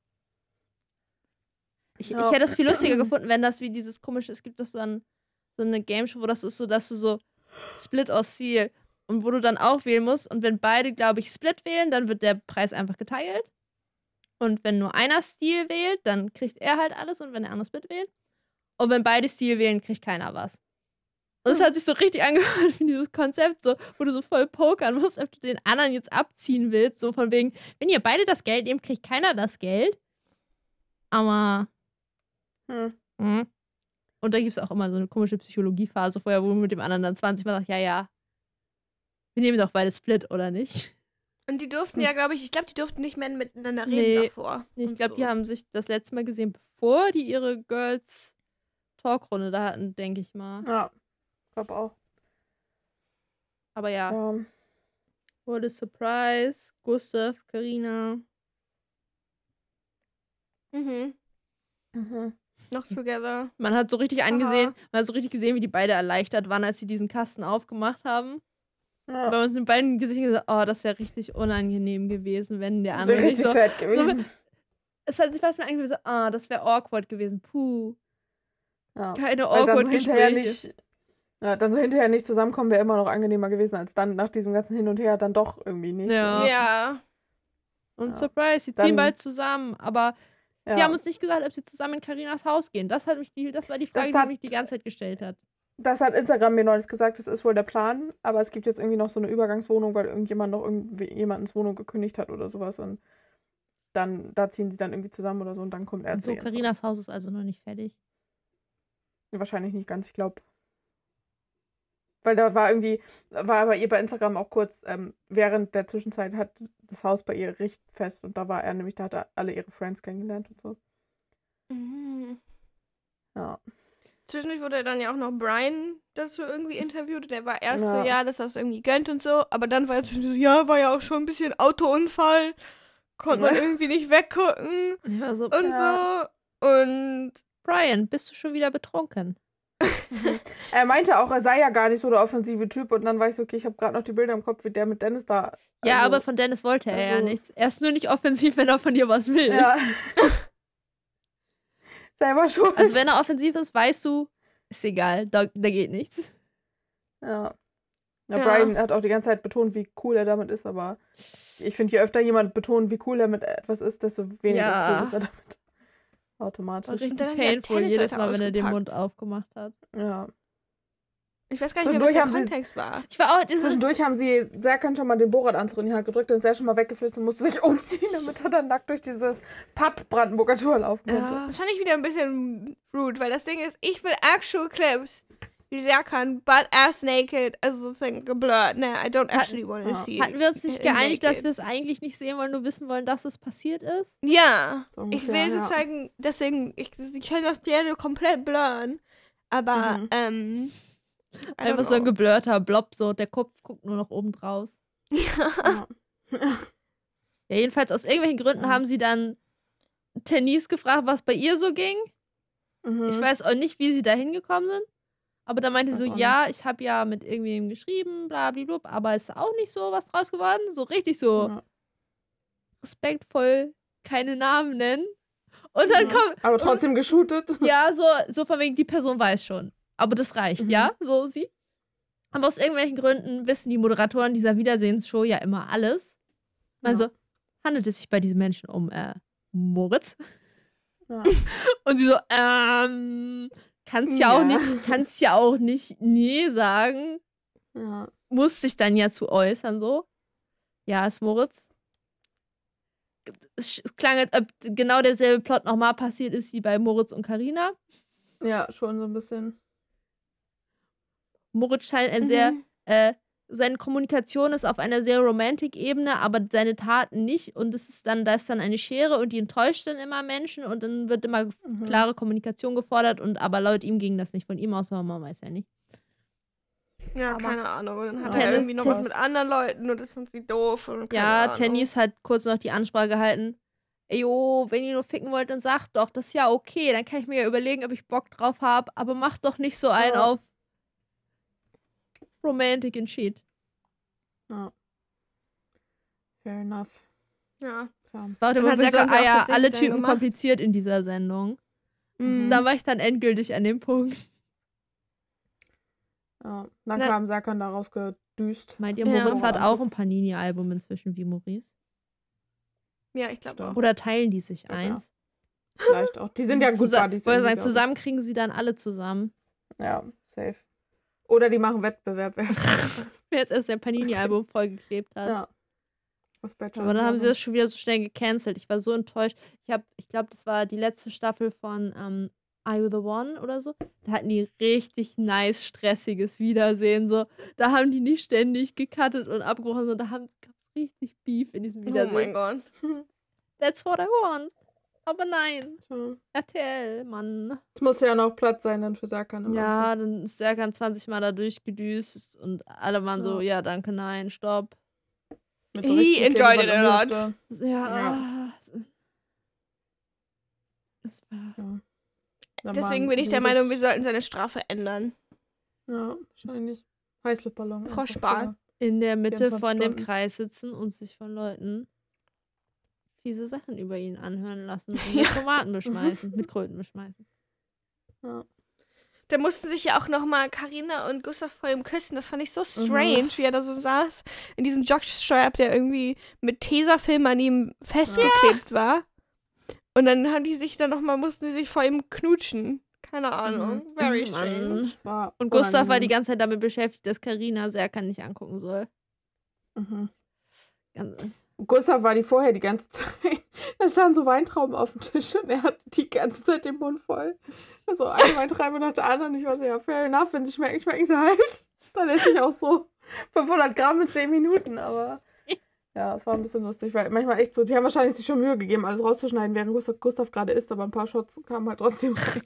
Ich hätte es viel lustiger gefunden, wenn das wie dieses komische, es gibt doch so eine Game-Show, wo das ist so, dass du so Split or Seal und wo du dann auch wählen musst und wenn beide, glaube ich, Split wählen, dann wird der Preis einfach geteilt. Und wenn nur einer Stil wählt, dann kriegt er halt alles und wenn der andere Split wählt. Und wenn beide Stil wählen, kriegt keiner was. Und es hat sich so richtig angehört wie dieses Konzept, so, wo du so voll pokern musst, ob du den anderen jetzt abziehen willst. So von wegen, wenn ihr beide das Geld nehmt, kriegt keiner das Geld. Aber und da gibt es auch immer so eine komische Psychologiephase vorher, wo man mit dem anderen dann 20 Mal sagt, ja, wir nehmen doch beide Split, oder nicht? Und die durften ja, glaube ich glaube, die durften nicht mehr miteinander reden Nee. davor. Ich und glaube, so. die haben sich das letzte Mal gesehen, bevor die ihre Girls-Talkrunde da hatten, denke ich mal. Ja, ich glaube auch. Aber ja, Ja. what a surprise. Gustav, Carina. Mhm. Mhm. Noch together. Man hat so richtig angesehen, Aha. man hat so richtig gesehen, wie die beide erleichtert waren, als sie diesen Kasten aufgemacht haben. Ja. Aber uns in beiden Gesichtern gesagt, oh, das wäre richtig unangenehm gewesen, wenn der Das andere wäre nicht richtig so. sad gewesen. Es hat sich fast mir angefühlt, so, das wäre awkward gewesen. Puh. Ja. Keine Weil dann awkward so hinterher Gespräche. nicht. Ja, dann so hinterher nicht zusammenkommen, wäre immer noch angenehmer gewesen, als dann nach diesem ganzen Hin und Her dann doch irgendwie nicht. Ja. Ja. Und Ja. Surprise, sie Dann- ziehen bald zusammen, aber Ja. sie haben uns nicht gesagt, ob sie zusammen in Carinas Haus gehen. Das war die Frage, die mich die ganze Zeit gestellt hat. Das hat Instagram mir neulich gesagt, das ist wohl der Plan, aber es gibt jetzt irgendwie noch so eine Übergangswohnung, weil irgendjemand noch jemandens Wohnung gekündigt hat oder sowas und dann, da ziehen sie dann irgendwie zusammen oder so und dann kommt er Und zu so, ihr ins Haus. Carinas Haus ist also noch nicht fertig. Wahrscheinlich nicht ganz, ich glaube. Weil da war bei ihr bei Instagram auch kurz, während der Zwischenzeit hat das Haus bei ihr Richtfest und da war er nämlich, da hat er alle ihre Friends kennengelernt und so. Mhm. Ja. Zwischendurch wurde dann ja auch noch Brian dazu irgendwie interviewt. Der war erst Ja. so, ja, dass er es irgendwie gönnt und so. Aber dann war er zwischendurch so, ja, war ja auch schon ein bisschen Autounfall. Konnte man irgendwie nicht weggucken Ich war so, und Ja. so. Und Brian, bist du schon wieder betrunken? Er meinte auch, er sei ja gar nicht so der offensive Typ und dann war ich so, okay, ich habe gerade noch die Bilder im Kopf, wie der mit Dennis da. Ja, also, aber von Dennis wollte er ja also- nichts. Er ist nur nicht offensiv, wenn er von dir was will. Ja. Selber schuld. Also wenn er offensiv ist, weißt du, ist egal, da geht nichts. Ja. Ja. Brian hat auch die ganze Zeit betont, wie cool er damit ist, aber ich finde, je öfter jemand betont, wie cool er mit etwas ist, desto weniger Ja. cool ist er damit. War Automatisch. richtig dann hat er painful, Tennis jedes weiter Mal, wenn er den ausgepackt. Mund aufgemacht hat. Ja. ich weiß gar nicht mehr, was Zwischendurch der haben sie- Kontext war. Ich war auch Zwischendurch haben sie Serkan schon mal den Bohrradanzug in die Hand gedrückt, dann ist er schon mal weggeflitzt und musste sich umziehen, damit er dann nackt durch dieses Papp-Brandenburger Tor laufen konnte. Ja. Das fand ich wieder ein bisschen rude, weil das Ding ist, ich will actual Clips, wie Serkan, butt ass naked, also sozusagen geblurrt. Ne, I don't actually want to ja. see Hatten wir uns nicht it geeinigt, dass naked. wir es eigentlich nicht sehen wollen, nur wissen wollen, dass es passiert ist? Ja, So ich ungefähr, will ja. sozusagen, deswegen, ich kann das gerne komplett blurren, aber, Mhm. I don't Einfach so ein know. geblurrter Blob, so der Kopf guckt nur noch oben draus. Ja. Ja, jedenfalls aus irgendwelchen Gründen Ja. haben sie dann Tennis gefragt, was bei ihr so ging. Mhm. Ich weiß auch nicht, wie sie da hingekommen sind. Aber da meinte Weiß sie so, auch ja, ich habe ja mit irgendwem geschrieben, blablabla, aber es ist auch nicht so was draus geworden. So richtig so Ja. respektvoll keine Namen nennen. Und dann Ja. kommt, Aber trotzdem geshootet. ja, so von wegen, die Person weiß schon. Aber das reicht, Mhm. ja, so sie. Aber aus irgendwelchen Gründen wissen die Moderatoren dieser Wiedersehensshow ja immer alles. Also, handelt es sich bei diesen Menschen um Moritz? Ja. Und sie so, kannst ja auch nicht nee sagen. Ja. Muss sich dann ja zu äußern, so. Ja, ist Moritz. Es klang, als ob genau derselbe Plot nochmal passiert ist wie bei Moritz und Carina. Ja, schon so ein bisschen. Moritz scheint ein Mhm. sehr, seine Kommunikation ist auf einer sehr Romantik-Ebene, aber seine Taten nicht. Und da ist dann eine Schere und die enttäuscht dann immer Menschen und dann wird immer Mhm. klare Kommunikation gefordert aber laut ihm ging das nicht von ihm aus, aber man weiß ja nicht. Ja, Aber- keine Ahnung. Und dann hat Ja, er irgendwie noch was Tennis- mit anderen Leuten und das sind sie doof. Und keine Ja, Ahnung. Tennis hat kurz noch die Ansprache gehalten. Ey, jo, wenn ihr nur ficken wollt, dann sagt doch, das ist ja okay. Dann kann ich mir ja überlegen, ob ich Bock drauf habe, aber macht doch nicht so einen Ja. auf Romantic and Shit. Ja. Fair enough. Ja. Klar. Warte Dann mal, hat so, Serkan es auch ja, tatsächlich alle dann Typen gemacht. kompliziert in dieser Sendung. Mhm. Da war ich dann endgültig an dem Punkt. Ja. Dann Na- kam Serkan da rausgedüst. Meint ihr, Ja. Moritz hat auch ein Panini-Album inzwischen wie Maurice? Ja, ich glaube Stimmt. auch. Oder teilen die sich Ja. eins? Vielleicht auch. Die sind ja gut Buddies. Wollte irgendwie, sagen, glaub zusammen kriegen sie dann alle zusammen. ich. Ja, safe. Oder die machen Wettbewerb. Wer jetzt erst sein Panini-Album vollgeklebt hat. Ja. Aus Bachelor. Aber dann haben sie das schon wieder so schnell gecancelt. Ich war so enttäuscht. Ich glaube, das war die letzte Staffel von Are You the One oder so. Da hatten die richtig nice, stressiges Wiedersehen. So. Da haben die nicht ständig gecuttet und abgebrochen, sondern da gab es richtig Beef in diesem Oh mein Wiedersehen. Gott. That's what I want. Aber nein. Ja. RTL, Mann. Es musste ja noch Platz sein dann für Serkan am Ja, Anfang. dann ist Serkan 20 Mal da durchgedüst und alle waren so, ja, danke, nein, stopp. Mit He richtig enjoyed Klebeband it um a die lot. Hüfte. Ja. Es war Dann Deswegen waren bin ich der Judith- Meinung, wir sollten seine Strafe ändern. Ja, wahrscheinlich. Heißluftballon. einfach Froschbad. für- in der Mitte 24 von dem Stunden. Kreis sitzen und sich von Leuten fiese Sachen über ihn anhören lassen und Ja. mit Tomaten beschmeißen, mit Kröten beschmeißen. Ja. Da mussten sich ja auch nochmal Carina und Gustav vor ihm küssen. Das fand ich so strange, wie er da so saß. In diesem Jockstrap, der irgendwie mit Tesafilm an ihm festgeklebt war. Und dann haben die sich dann nochmal, mussten sie sich vor ihm knutschen. Keine Ahnung. Very Mann. strange. Das war Und Gustav war die unangenehm. ganze Zeit damit beschäftigt, dass Carina Serkan nicht angucken soll. Mhm. Ganz, Gustav war die vorher die ganze Zeit. Da standen so Weintrauben auf dem Tisch und er hatte die ganze Zeit den Mund voll. Also eine Weintraube nach der anderen. Ich war so, ja, fair enough, wenn sie schmecken, schmecken sie halt. Dann esse ich auch so 500 Gramm in 10 Minuten, aber ja, es war ein bisschen lustig, weil manchmal echt so, die haben wahrscheinlich sich schon Mühe gegeben, alles rauszuschneiden, während Gustav gerade isst, aber ein paar Shots kamen halt trotzdem rein.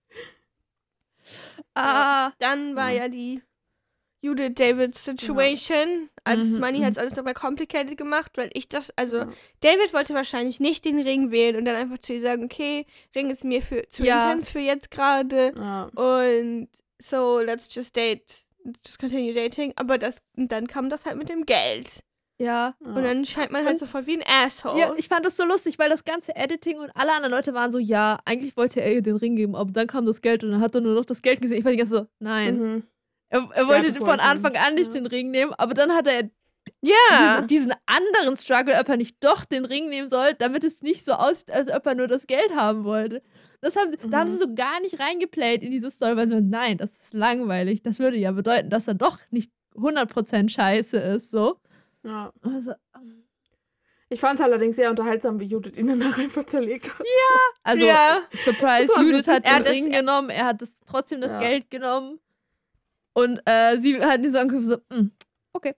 Dann war ja die Judith David Situation. Als Mhm, Money mhm. hat es alles nochmal complicated gemacht, weil ich das, also Ja. David wollte wahrscheinlich nicht den Ring wählen und dann einfach zu ihr sagen, okay, Ring ist mir zu Ja. intens für jetzt gerade Ja. und so, let's just continue dating. Aber und dann kam das halt mit dem Geld. ja. Und dann scheint man halt Und- sofort wie ein Asshole. Ja, ich fand das so lustig, weil das ganze Editing und alle anderen Leute waren so, ja, eigentlich wollte er ihr den Ring geben, aber dann kam das Geld und dann hat er nur noch das Geld gesehen. Ich war die ganze so, nein. Mhm. Er hat wollte es von vorher schon Anfang nicht, an nicht ja. den Ring nehmen, aber dann hat er ja. diesen anderen Struggle, ob er nicht doch den Ring nehmen soll, damit es nicht so aussieht, als ob er nur das Geld haben wollte. Das haben sie, Da haben sie so gar nicht reingeplayt in diese Story, weil sie meinen, nein, das ist langweilig. Das würde ja bedeuten, dass er doch nicht 100% scheiße ist, so. Ja. Also, Ich fand es allerdings sehr unterhaltsam, wie Judith ihn danach einfach zerlegt hat. also Ja. Surprise, Das war Judith so hat süß. den Ring genommen, er hat trotzdem das Ja. Geld genommen und sie hat ihn so angeguckt, so, okay.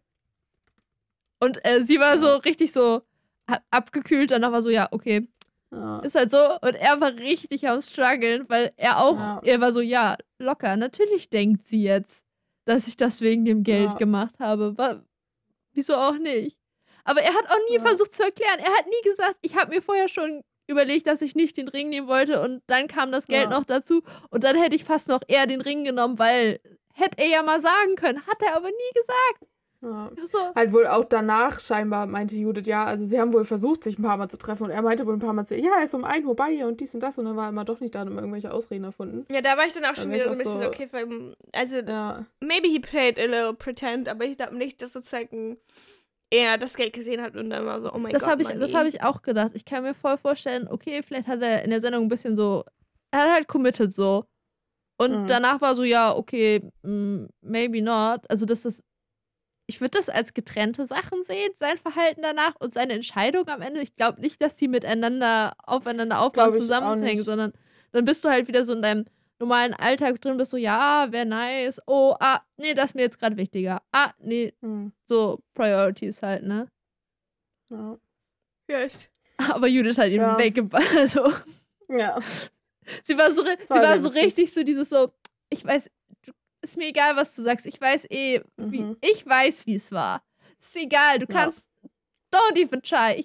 Und sie war so richtig so abgekühlt, danach war so, ja, okay. Ja. Ist halt so. Und er war richtig am struggeln, weil er auch, Ja. er war so, ja, locker. Natürlich denkt sie jetzt, dass ich das wegen dem Geld Ja. gemacht habe. Wieso auch nicht? Aber er hat auch nie Ja. versucht zu erklären. Er hat nie gesagt, ich habe mir vorher schon überlegt, dass ich nicht den Ring nehmen wollte und dann kam das Geld Ja. noch dazu und dann hätte ich fast noch eher den Ring genommen, weil hätte er ja mal sagen können. Hat er aber nie gesagt. Ja. Ich so, Halt wohl auch danach scheinbar meinte Judith, ja, also sie haben wohl versucht, sich ein paar Mal zu treffen und er meinte wohl ein paar Mal zu ihr, ja, er ist um 1 Uhr bei ihr und dies und das und dann war er immer doch nicht da und immer irgendwelche Ausreden erfunden. Ja, da war ich dann auch Dann schon wär ich wieder so ein auch bisschen so- okay, weil, also, Ja, maybe he played a little pretend, aber ich glaube nicht, dass sozusagen er das Geld gesehen hat und dann war so, oh mein das Gott, habe Money. hab ich auch gedacht. Ich kann mir voll vorstellen, okay, vielleicht hat er in der Sendung ein bisschen so, er hat halt committed so. Und Mhm. danach war so, ja, okay, maybe not. Also ich würde das als getrennte Sachen sehen, sein Verhalten danach und seine Entscheidung am Ende. Ich glaube nicht, dass die aufeinander aufbauen, Glaub ich auch zusammenhängen, nicht. sondern dann bist du halt wieder so in deinem normalen Alltag drin, bist so, ja, wäre nice. Oh, nee, das ist mir jetzt gerade wichtiger. Nee, hm, so Priorities halt, ne? ja. Yes. Aber Judith hat ihn Ja. weggeballt. Also, Ja. sie war so war sehr sehr witzig. richtig so dieses so, ich weiß, ist mir egal, was du sagst. Ich weiß Mhm. ich weiß, wie es war. Ist egal, du Ja. kannst, don't even try.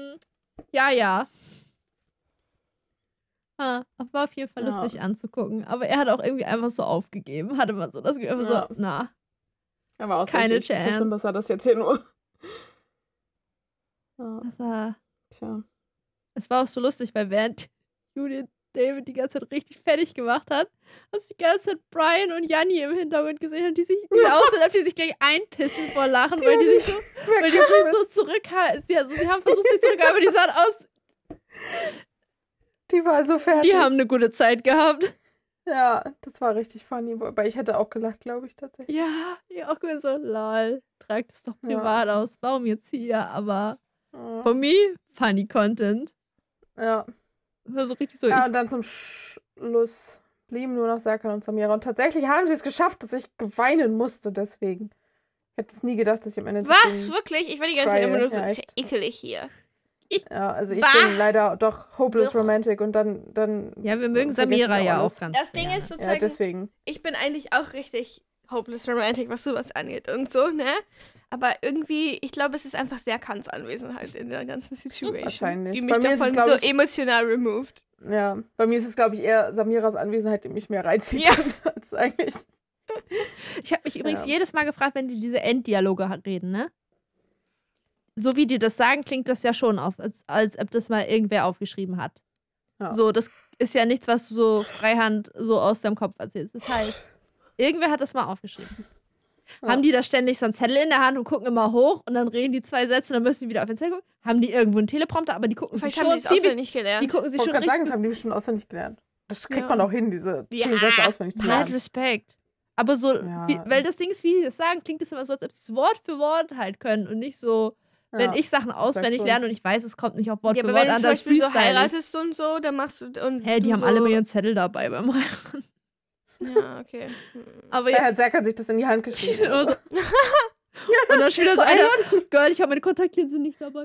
Ja. Aber war auf jeden Fall Ja. lustig anzugucken. Aber er hat auch irgendwie einfach so aufgegeben. Hatte man so das Gefühl, einfach Ja. so, na. Er war auch Keine so, so Chance. schlimm, dass er das jetzt hier nur. Ja, Das war, tja. es war auch so lustig, weil während Judith David die ganze Zeit richtig fertig gemacht hat, hast du die ganze Zeit Brian und Janni im Hintergrund gesehen und die aussehen, als ob die sich gleich einpissen vor Lachen, weil die sich so zurückhalten. Sie haben versucht, sie zurückzuhalten, aber die sahen aus, Die war so fertig. die haben eine gute Zeit gehabt. Ja, das war richtig funny. Aber ich hätte auch gelacht, glaube ich, tatsächlich. Ja, auch immer so, lol, tragt es doch privat aus. Warum jetzt hier? Aber Ja. for me, funny Content. Ja. War so richtig so, Ja, und dann zum Schluss blieben nur noch Serkan und Samira. Und tatsächlich haben sie es geschafft, dass ich weinen musste deswegen. Ich hätte es nie gedacht, dass ich am Ende Was? deswegen Wirklich? Ich war die ganze Zeit immer nur so, Ja, ist ja echt. ekelig hier. Ja, also ich Bah! bin leider doch hopeless romantic und dann Ja, wir mögen vergesse Samira ich ja alles. auch ganz Das Ding gerne. ist Ja, sozusagen, deswegen. ich bin eigentlich auch richtig hopeless romantic, was sowas angeht und so, ne? Aber irgendwie, ich glaube, es ist einfach Serkans Anwesenheit in der ganzen Situation. Wahrscheinlich. Die Bei mich mir ist es, davon glaub so ich- emotional removed. Ja, bei mir ist es, glaube ich, eher Samiras Anwesenheit, die mich mehr reizt Ja. als eigentlich. Ich habe mich übrigens Ja. jedes Mal gefragt, wenn die diese Enddialoge reden, ne? So wie die das sagen, klingt das ja schon auf, als ob das mal irgendwer aufgeschrieben hat. Ja. So, das ist ja nichts, was du so freihand so aus deinem Kopf erzählst. Das heißt, irgendwer hat das mal aufgeschrieben. Ja. Haben die da ständig so einen Zettel in der Hand und gucken immer hoch und dann reden die 2 Sätze und dann müssen die wieder auf den Zettel gucken? Haben die irgendwo einen Teleprompter, aber die gucken sich Vielleicht haben schon die es ziemlich. auswendig gelernt. Die gucken Ich sich wollte schon gerade sagen, richtig. das haben die bestimmt auswendig gelernt. Das kriegt Ja. man auch hin, diese 10 Ja. Sätze auswendig zu Halt lernen. Respekt. Aber so, Ja. weil das Ding ist, wie die das sagen, klingt es immer so, als ob sie es Wort für Wort halt können und nicht so, wenn Ja. ich Sachen auswendig schon. lerne und ich weiß, es kommt nicht auf Wort Ja, für aber Wort wenn du an, zum dann Beispiel so freestyle ich. heiratest und so, dann machst du... Und Hä, die du haben so, alle mal ihren Zettel dabei beim Heiraten. Ja, okay. Aber Ja, ja, hat Serkan sich das in die Hand geschrieben. immer so. Und dann schon wieder so einer, Girl, ich habe meine Kontaktlinsen nicht dabei.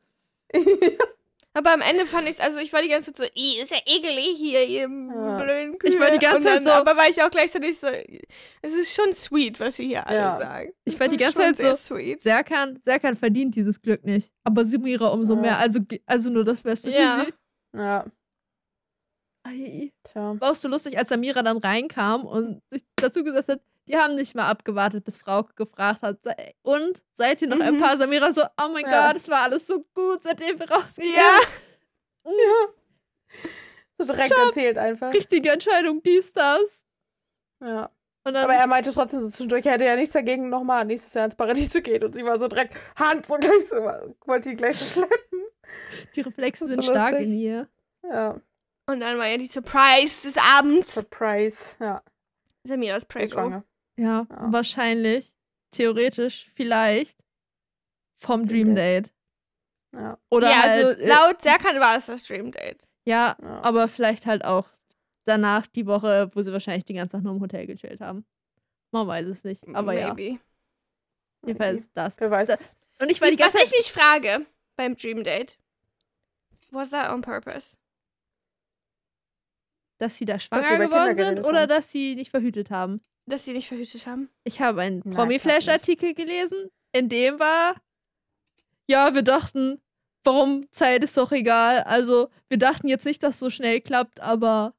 Aber am Ende fand ich es, also ich war die ganze Zeit so, ist ja ekelig hier, ihr Ja. blöden Kühe. Ich war die ganze Und dann, Zeit so- Aber war ich auch gleichzeitig so, es ist schon sweet, was sie hier alle Ja. sagen. Ich war die Das ist ganze schon Zeit sehr sweet. Serkan verdient dieses Glück nicht. Aber Samira umso Ja. mehr. Also nur das Beste Ja. für sie. Ja, Ei. tja. War auch so lustig, als Samira dann reinkam und sich dazu gesagt hat, die haben nicht mal abgewartet, bis Frauke gefragt hat. Und seid ihr noch ein Mhm. paar? Samira so, oh mein Ja. Gott, es war alles so gut, seitdem wir rausgehen. Ja, So direkt erzählt einfach. Richtige Entscheidung, dies, das. Ja. Und dann, Aber er meinte trotzdem so zwischendurch, er hätte ja nichts dagegen, nochmal nächstes Jahr ins Paradies zu gehen. Und sie war so direkt, Hand, so gleich so, wollte ihn gleich so schleppen. die Reflexe das ist sind so stark lustig. in ihr. Ja, und dann war ja die Surprise des Abends. Surprise. Ja, Samiras ist Prego. schwanger. Ja, Ja. wahrscheinlich, theoretisch, vielleicht vom Dream Date. Ja, Oder Ja, halt, also laut Serkan war es das Dream Date. ja, ja. aber vielleicht halt auch danach die Woche, wo sie wahrscheinlich die ganze Nacht nur im Hotel gechillt haben. Man weiß es nicht. Aber ja, Maybe. jedenfalls das. Wer weiß. Das- Und ich war die ganze Was Zeit. ich mich frage beim Dream Date, was that on purpose? Dass sie da sie schwanger über Kinder geworden sind geredet oder haben. dass sie nicht verhütet haben. Dass sie nicht verhütet haben? Ich habe einen Nein, Promi-Flash-Artikel gelesen, in dem war, ja, wir dachten, warum, Zeit ist doch egal. Also, wir dachten jetzt nicht, dass es so schnell klappt, aber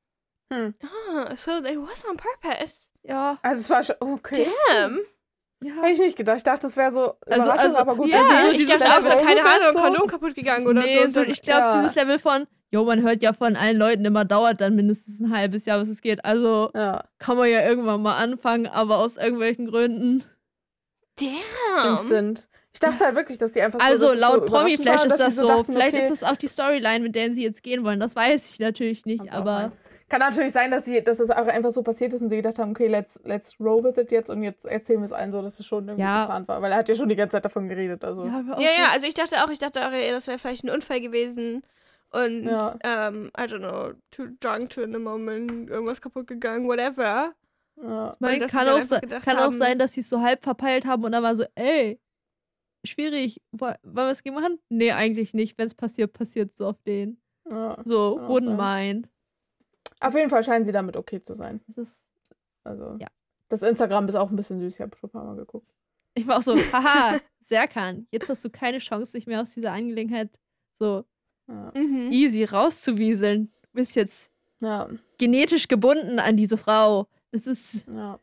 Ah, so they was on purpose. ja. Also es war schon, okay. Damn. Ja. Hätte ich nicht gedacht. Ich dachte, das wäre so Also- Überraschung, aber gut. ja, dass also sie so ich dieses dachte auch, Level keine Ahnung, so. Kondom kaputt gegangen oder Nee, so. so, ich glaube, ja. dieses Level von, jo, man hört ja von allen Leuten immer, dauert dann mindestens ein halbes Jahr, bis es geht. Also Ja, kann man ja irgendwann mal anfangen, aber aus irgendwelchen Gründen. Damn. sind. Ich dachte halt wirklich, dass die einfach so, Also dass es laut so überraschend Promi-Flash war, ist dass das sie so. dachten, Vielleicht okay, ist das auch die Storyline, mit der sie jetzt gehen wollen. Das weiß ich natürlich nicht, kann's auch aber sein. Kann natürlich sein, dass das auch einfach so passiert ist und sie gedacht haben, okay, let's roll with it jetzt und jetzt erzählen wir es allen so, dass es schon irgendwie Ja. geplant war. Weil er hat ja schon die ganze Zeit davon geredet. Also. ja, aber auch Ja, ja, so- also ich dachte auch, ey, das wäre vielleicht ein Unfall gewesen. Und, Ja. I don't know, too drunk to in the moment, irgendwas kaputt gegangen, whatever. Ja. Ich meine, dass sie kann, dann auch, einfach gedacht kann auch haben- sein, dass sie es so halb verpeilt haben und dann war so, ey, schwierig, wollen wir es gegen machen? Nee, eigentlich nicht. Wenn es passiert, passiert es so auf den. Ja. So, Kann auch wouldn't sein. mind. Auf jeden Fall scheinen sie damit okay zu sein. Das ist, Also Ja. das Instagram ist auch ein bisschen süß. Ich habe schon ein paar Mal geguckt. ich war auch so, haha, Serkan, jetzt hast du keine Chance, dich mehr aus dieser Angelegenheit so Ja. Mhm. easy rauszuwieseln. Du bist jetzt Ja. genetisch gebunden an diese Frau. Das ist, Ja.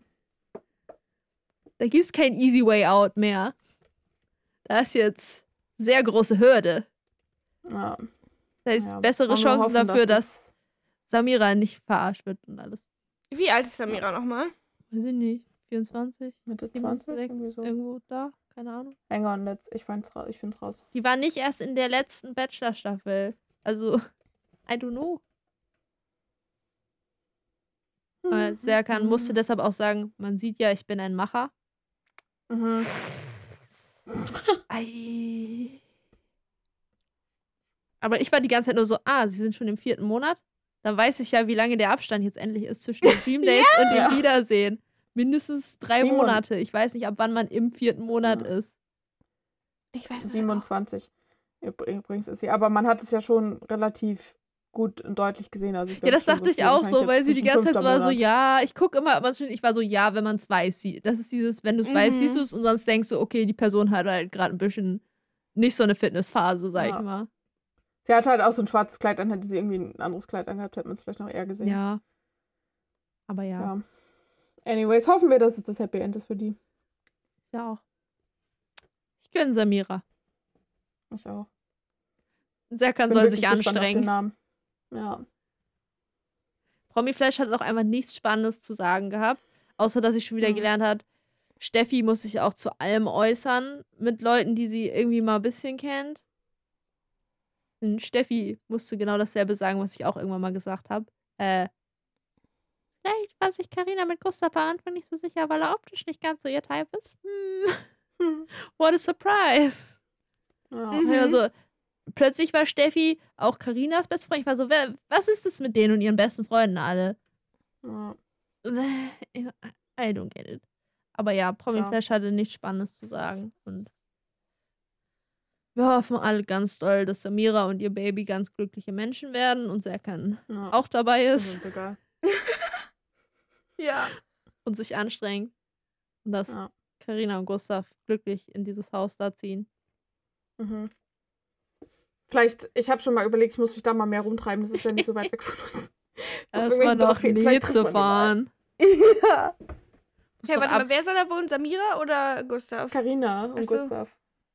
da gibt es kein easy way out mehr. Da ist jetzt sehr große Hürde. Ja. Da ist Ja, bessere wollen wir Chancen hoffen, dafür, dass es- Samira nicht verarscht wird und alles. Wie alt ist Samira nochmal? Weiß ich nicht. 24? Mitte 27, 20 irgendwie so. Irgendwo da? Keine Ahnung. Hang on, ich find's raus. Die war nicht erst in der letzten Bachelor-Staffel. Also, I don't know. Aber Serkan musste deshalb auch sagen, man sieht ja, ich bin ein Macher. Mhm. Ei. Aber ich war die ganze Zeit nur so, sie sind schon im 4. Monat. Dann weiß ich ja, wie lange der Abstand jetzt endlich ist zwischen den Dream Dates und dem Ja. Wiedersehen. mindestens 3 Simon. Monate. Ich weiß nicht, ab wann man im 4. Monat ist. Ich weiß nicht. 27 übrigens ist sie. Aber man hat es ja schon relativ gut und deutlich gesehen. Also ich Ja, glaub das schon dachte ich viel, auch wahrscheinlich so, weil jetzt sie die zwischen ganze Zeit 5. so war so, Monat. ja, ich gucke immer, aber ich war so, ja, wenn man es weiß. Das ist dieses, wenn du es weißt, siehst du es und sonst denkst du, okay, die Person hat halt gerade ein bisschen nicht so eine Fitnessphase, sag ich Ja. mal. Sie hatte halt auch so ein schwarzes Kleid an, hätte sie irgendwie ein anderes Kleid angehabt, hätte man es vielleicht noch eher gesehen. Ja. Aber ja, Tja. Anyways, hoffen wir, dass es das Happy End ist für die. ja auch. Ich gönne Samira. Ich auch. Serkan Bin soll wirklich sich gespannt auf den anstrengen. Namen. Ja. Promiflash hat auch einfach nichts Spannendes zu sagen gehabt, außer dass sie schon wieder gelernt hat, Steffi muss sich auch zu allem äußern mit Leuten, die sie irgendwie mal ein bisschen kennt. Und Steffi musste genau dasselbe sagen, was ich auch irgendwann mal gesagt habe. Vielleicht war sich Carina mit Gustav am Anfang nicht so sicher, weil er optisch nicht ganz so ihr Type ist. What a surprise. Ja. Also, plötzlich war Steffi auch Carinas beste Freundin. Ich war so, was ist das mit denen und ihren besten Freunden alle? Ja. I don't get it. Aber ja, Promiflash hatte nichts Spannendes zu sagen. Und wir hoffen alle ganz doll, dass Samira und ihr Baby ganz glückliche Menschen werden und Serkan Ja. auch dabei Das ist ist uns egal. Ja. und sich anstrengt. Und dass Ja. Carina und Gustav glücklich in dieses Haus da ziehen. Mhm. Vielleicht, ich habe schon mal überlegt, ich muss mich da mal mehr rumtreiben. Das ist ja nicht so weit weg von uns. Erstmal noch Vielleicht trifft Neze man die fahren. Ja. Muss Hey, doch warte ab mal, wer soll da wohnen? Samira oder Gustav? Carina und Ach so. Gustav.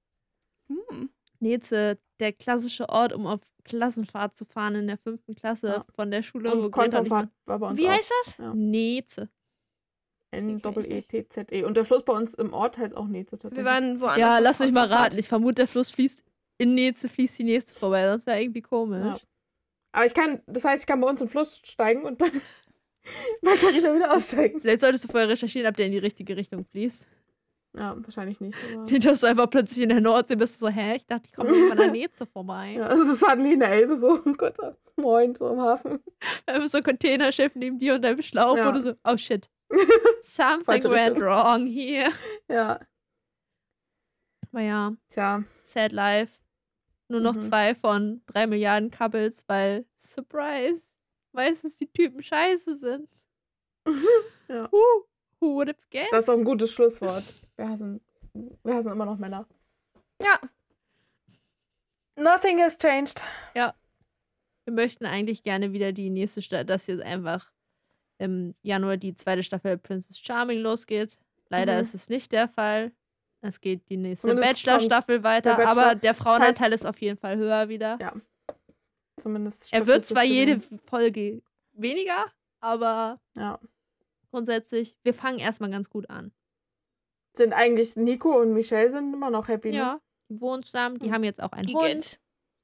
Neze, der klassische Ort, um auf Klassenfahrt zu fahren in der 5. Klasse Ja. von der Schule, Und wo Greta nicht Konterfahrt war bei uns Wie auch. heißt das? Ja. Neze. N-E-E-T-Z-E. Und der Fluss bei uns im Ort heißt auch Neze tatsächlich. Wir waren woanders. Ja, auf lass mich mal Autofahrt. raten. Ich vermute, der Fluss fließt in Neze, fließt die nächste vorbei. Das wäre irgendwie komisch. Ja. Aber das heißt, ich kann bei uns im Fluss steigen und dann bei Carina wieder aussteigen. Vielleicht solltest du vorher recherchieren, ob der in die richtige Richtung fließt. Ja, wahrscheinlich nicht. Aber Nicht, dass du einfach plötzlich in der Nordsee bist, so, hä? Ich dachte, ich komme irgendwann an der Neze vorbei. ja, also es ist halt nie in der Elbe so. Oh Gott, moin, so im Hafen. Einfach so ein Containerschiff neben dir und deinem Schlauch, Ja. wo du so, oh shit. Something Falsche went Richtung. wrong here. Ja, Aber ja, tja. sad life. Nur noch Mhm. 2 von 3 Milliarden Couples, weil, surprise, meistens die Typen scheiße sind. Ja. Who would have guessed? Das ist auch ein gutes Schlusswort. Wir hassen immer noch Männer. Ja. Nothing has changed. Wir möchten eigentlich gerne wieder die nächste Staffel, dass jetzt einfach im Januar die 2. Staffel Princess Charming losgeht. Leider Mhm. ist es nicht der Fall. Es geht die nächste Zumindest Bachelor-Staffel weiter, der Bachelor. aber der Frauenanteil ist auf jeden Fall höher wieder. Ja. Zumindest Er wird spricht es zwar für jede den- Folge weniger, aber Ja. grundsätzlich, wir fangen erstmal ganz gut an. Sind eigentlich Nico und Michelle sind immer noch happy, ne? Ja, die wohnen zusammen, die Mhm. haben jetzt auch einen Die Hund. geht.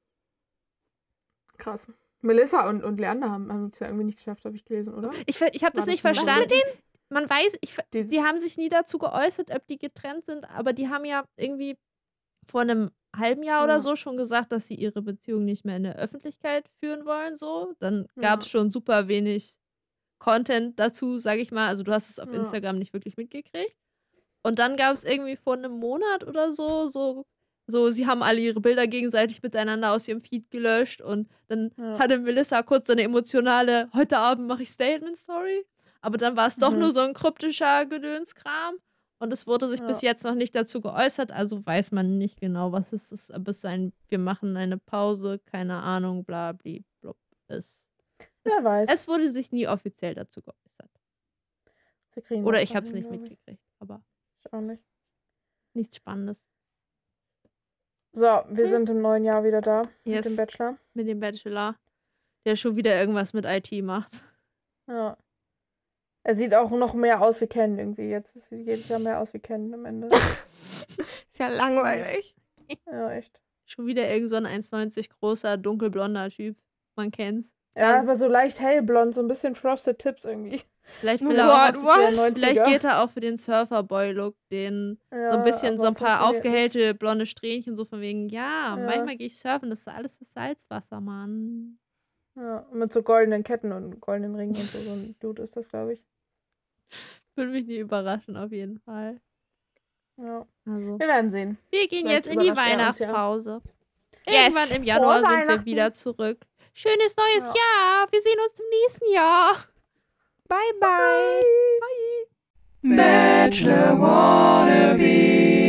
Krass. Melissa und Leander haben es ja irgendwie nicht geschafft, habe ich gelesen, oder? Ich habe das War nicht das ein- Was verstanden. mit Man weiß, Die- sie haben sich nie dazu geäußert, ob die getrennt sind, aber die haben ja irgendwie vor einem halben Jahr oder Ja. so schon gesagt, dass sie ihre Beziehung nicht mehr in der Öffentlichkeit führen wollen. So, dann Ja. gab es schon super wenig Content dazu, sage ich mal. Also du hast es auf Ja. Instagram nicht wirklich mitgekriegt. Und dann gab es irgendwie vor einem Monat oder so, sie haben alle ihre Bilder gegenseitig miteinander aus ihrem Feed gelöscht und dann Ja. hatte Melissa kurz so eine emotionale, heute Abend mache ich Statement-Story. Aber dann war es doch Mhm. nur so ein kryptischer Gedönskram und es wurde sich Ja. bis jetzt noch nicht dazu geäußert, also weiß man nicht genau, was es ist. Aber es sein, wir machen eine Pause, keine Ahnung, bla, bli, blub, ist. Wer weiß. Es wurde sich nie offiziell dazu geäußert. Sie kriegen Oder das ich noch habe es hin, nicht glaub ich. mitgekriegt, aber Ich auch nicht. nichts Spannendes. So, wir sind im neuen Jahr wieder da mit Yes. dem Bachelor. Mit dem Bachelor, der schon wieder irgendwas mit IT macht. Ja. Er sieht auch noch mehr aus wie Ken irgendwie. Jetzt sieht jedes Jahr mehr aus wie Ken am Ende. Ist ja langweilig. Ja, echt. Schon wieder irgend so ein 1,90 großer, dunkelblonder Typ. Man kennt's. Ja, aber so leicht hellblond, so ein bisschen Frosted Tips irgendwie. Vielleicht Nur will er auch, hat sich der 90er. vielleicht geht er auch für den Surferboy-Look, den Ja, so ein bisschen so aber ein paar funktioniert aufgehellte blonde Strähnchen, so von wegen, ja, Ja. manchmal gehe ich surfen, das ist alles das Salzwasser, Mann. nicht. Ja, und mit so goldenen Ketten und goldenen Ringen und so. So ein Dude ist das, glaube ich. Würde mich nie überraschen, auf jeden Fall. Ja. Also, Wir werden sehen. wir gehen Vielleicht jetzt in die überrascht er uns ja. Weihnachtspause. Yes. Irgendwann im Januar Frohe sind wir Weihnachten. wieder zurück. Schönes neues Ja. Jahr. Wir sehen uns im nächsten Jahr. Bye, bye. Bye. Bachelor Wannabe.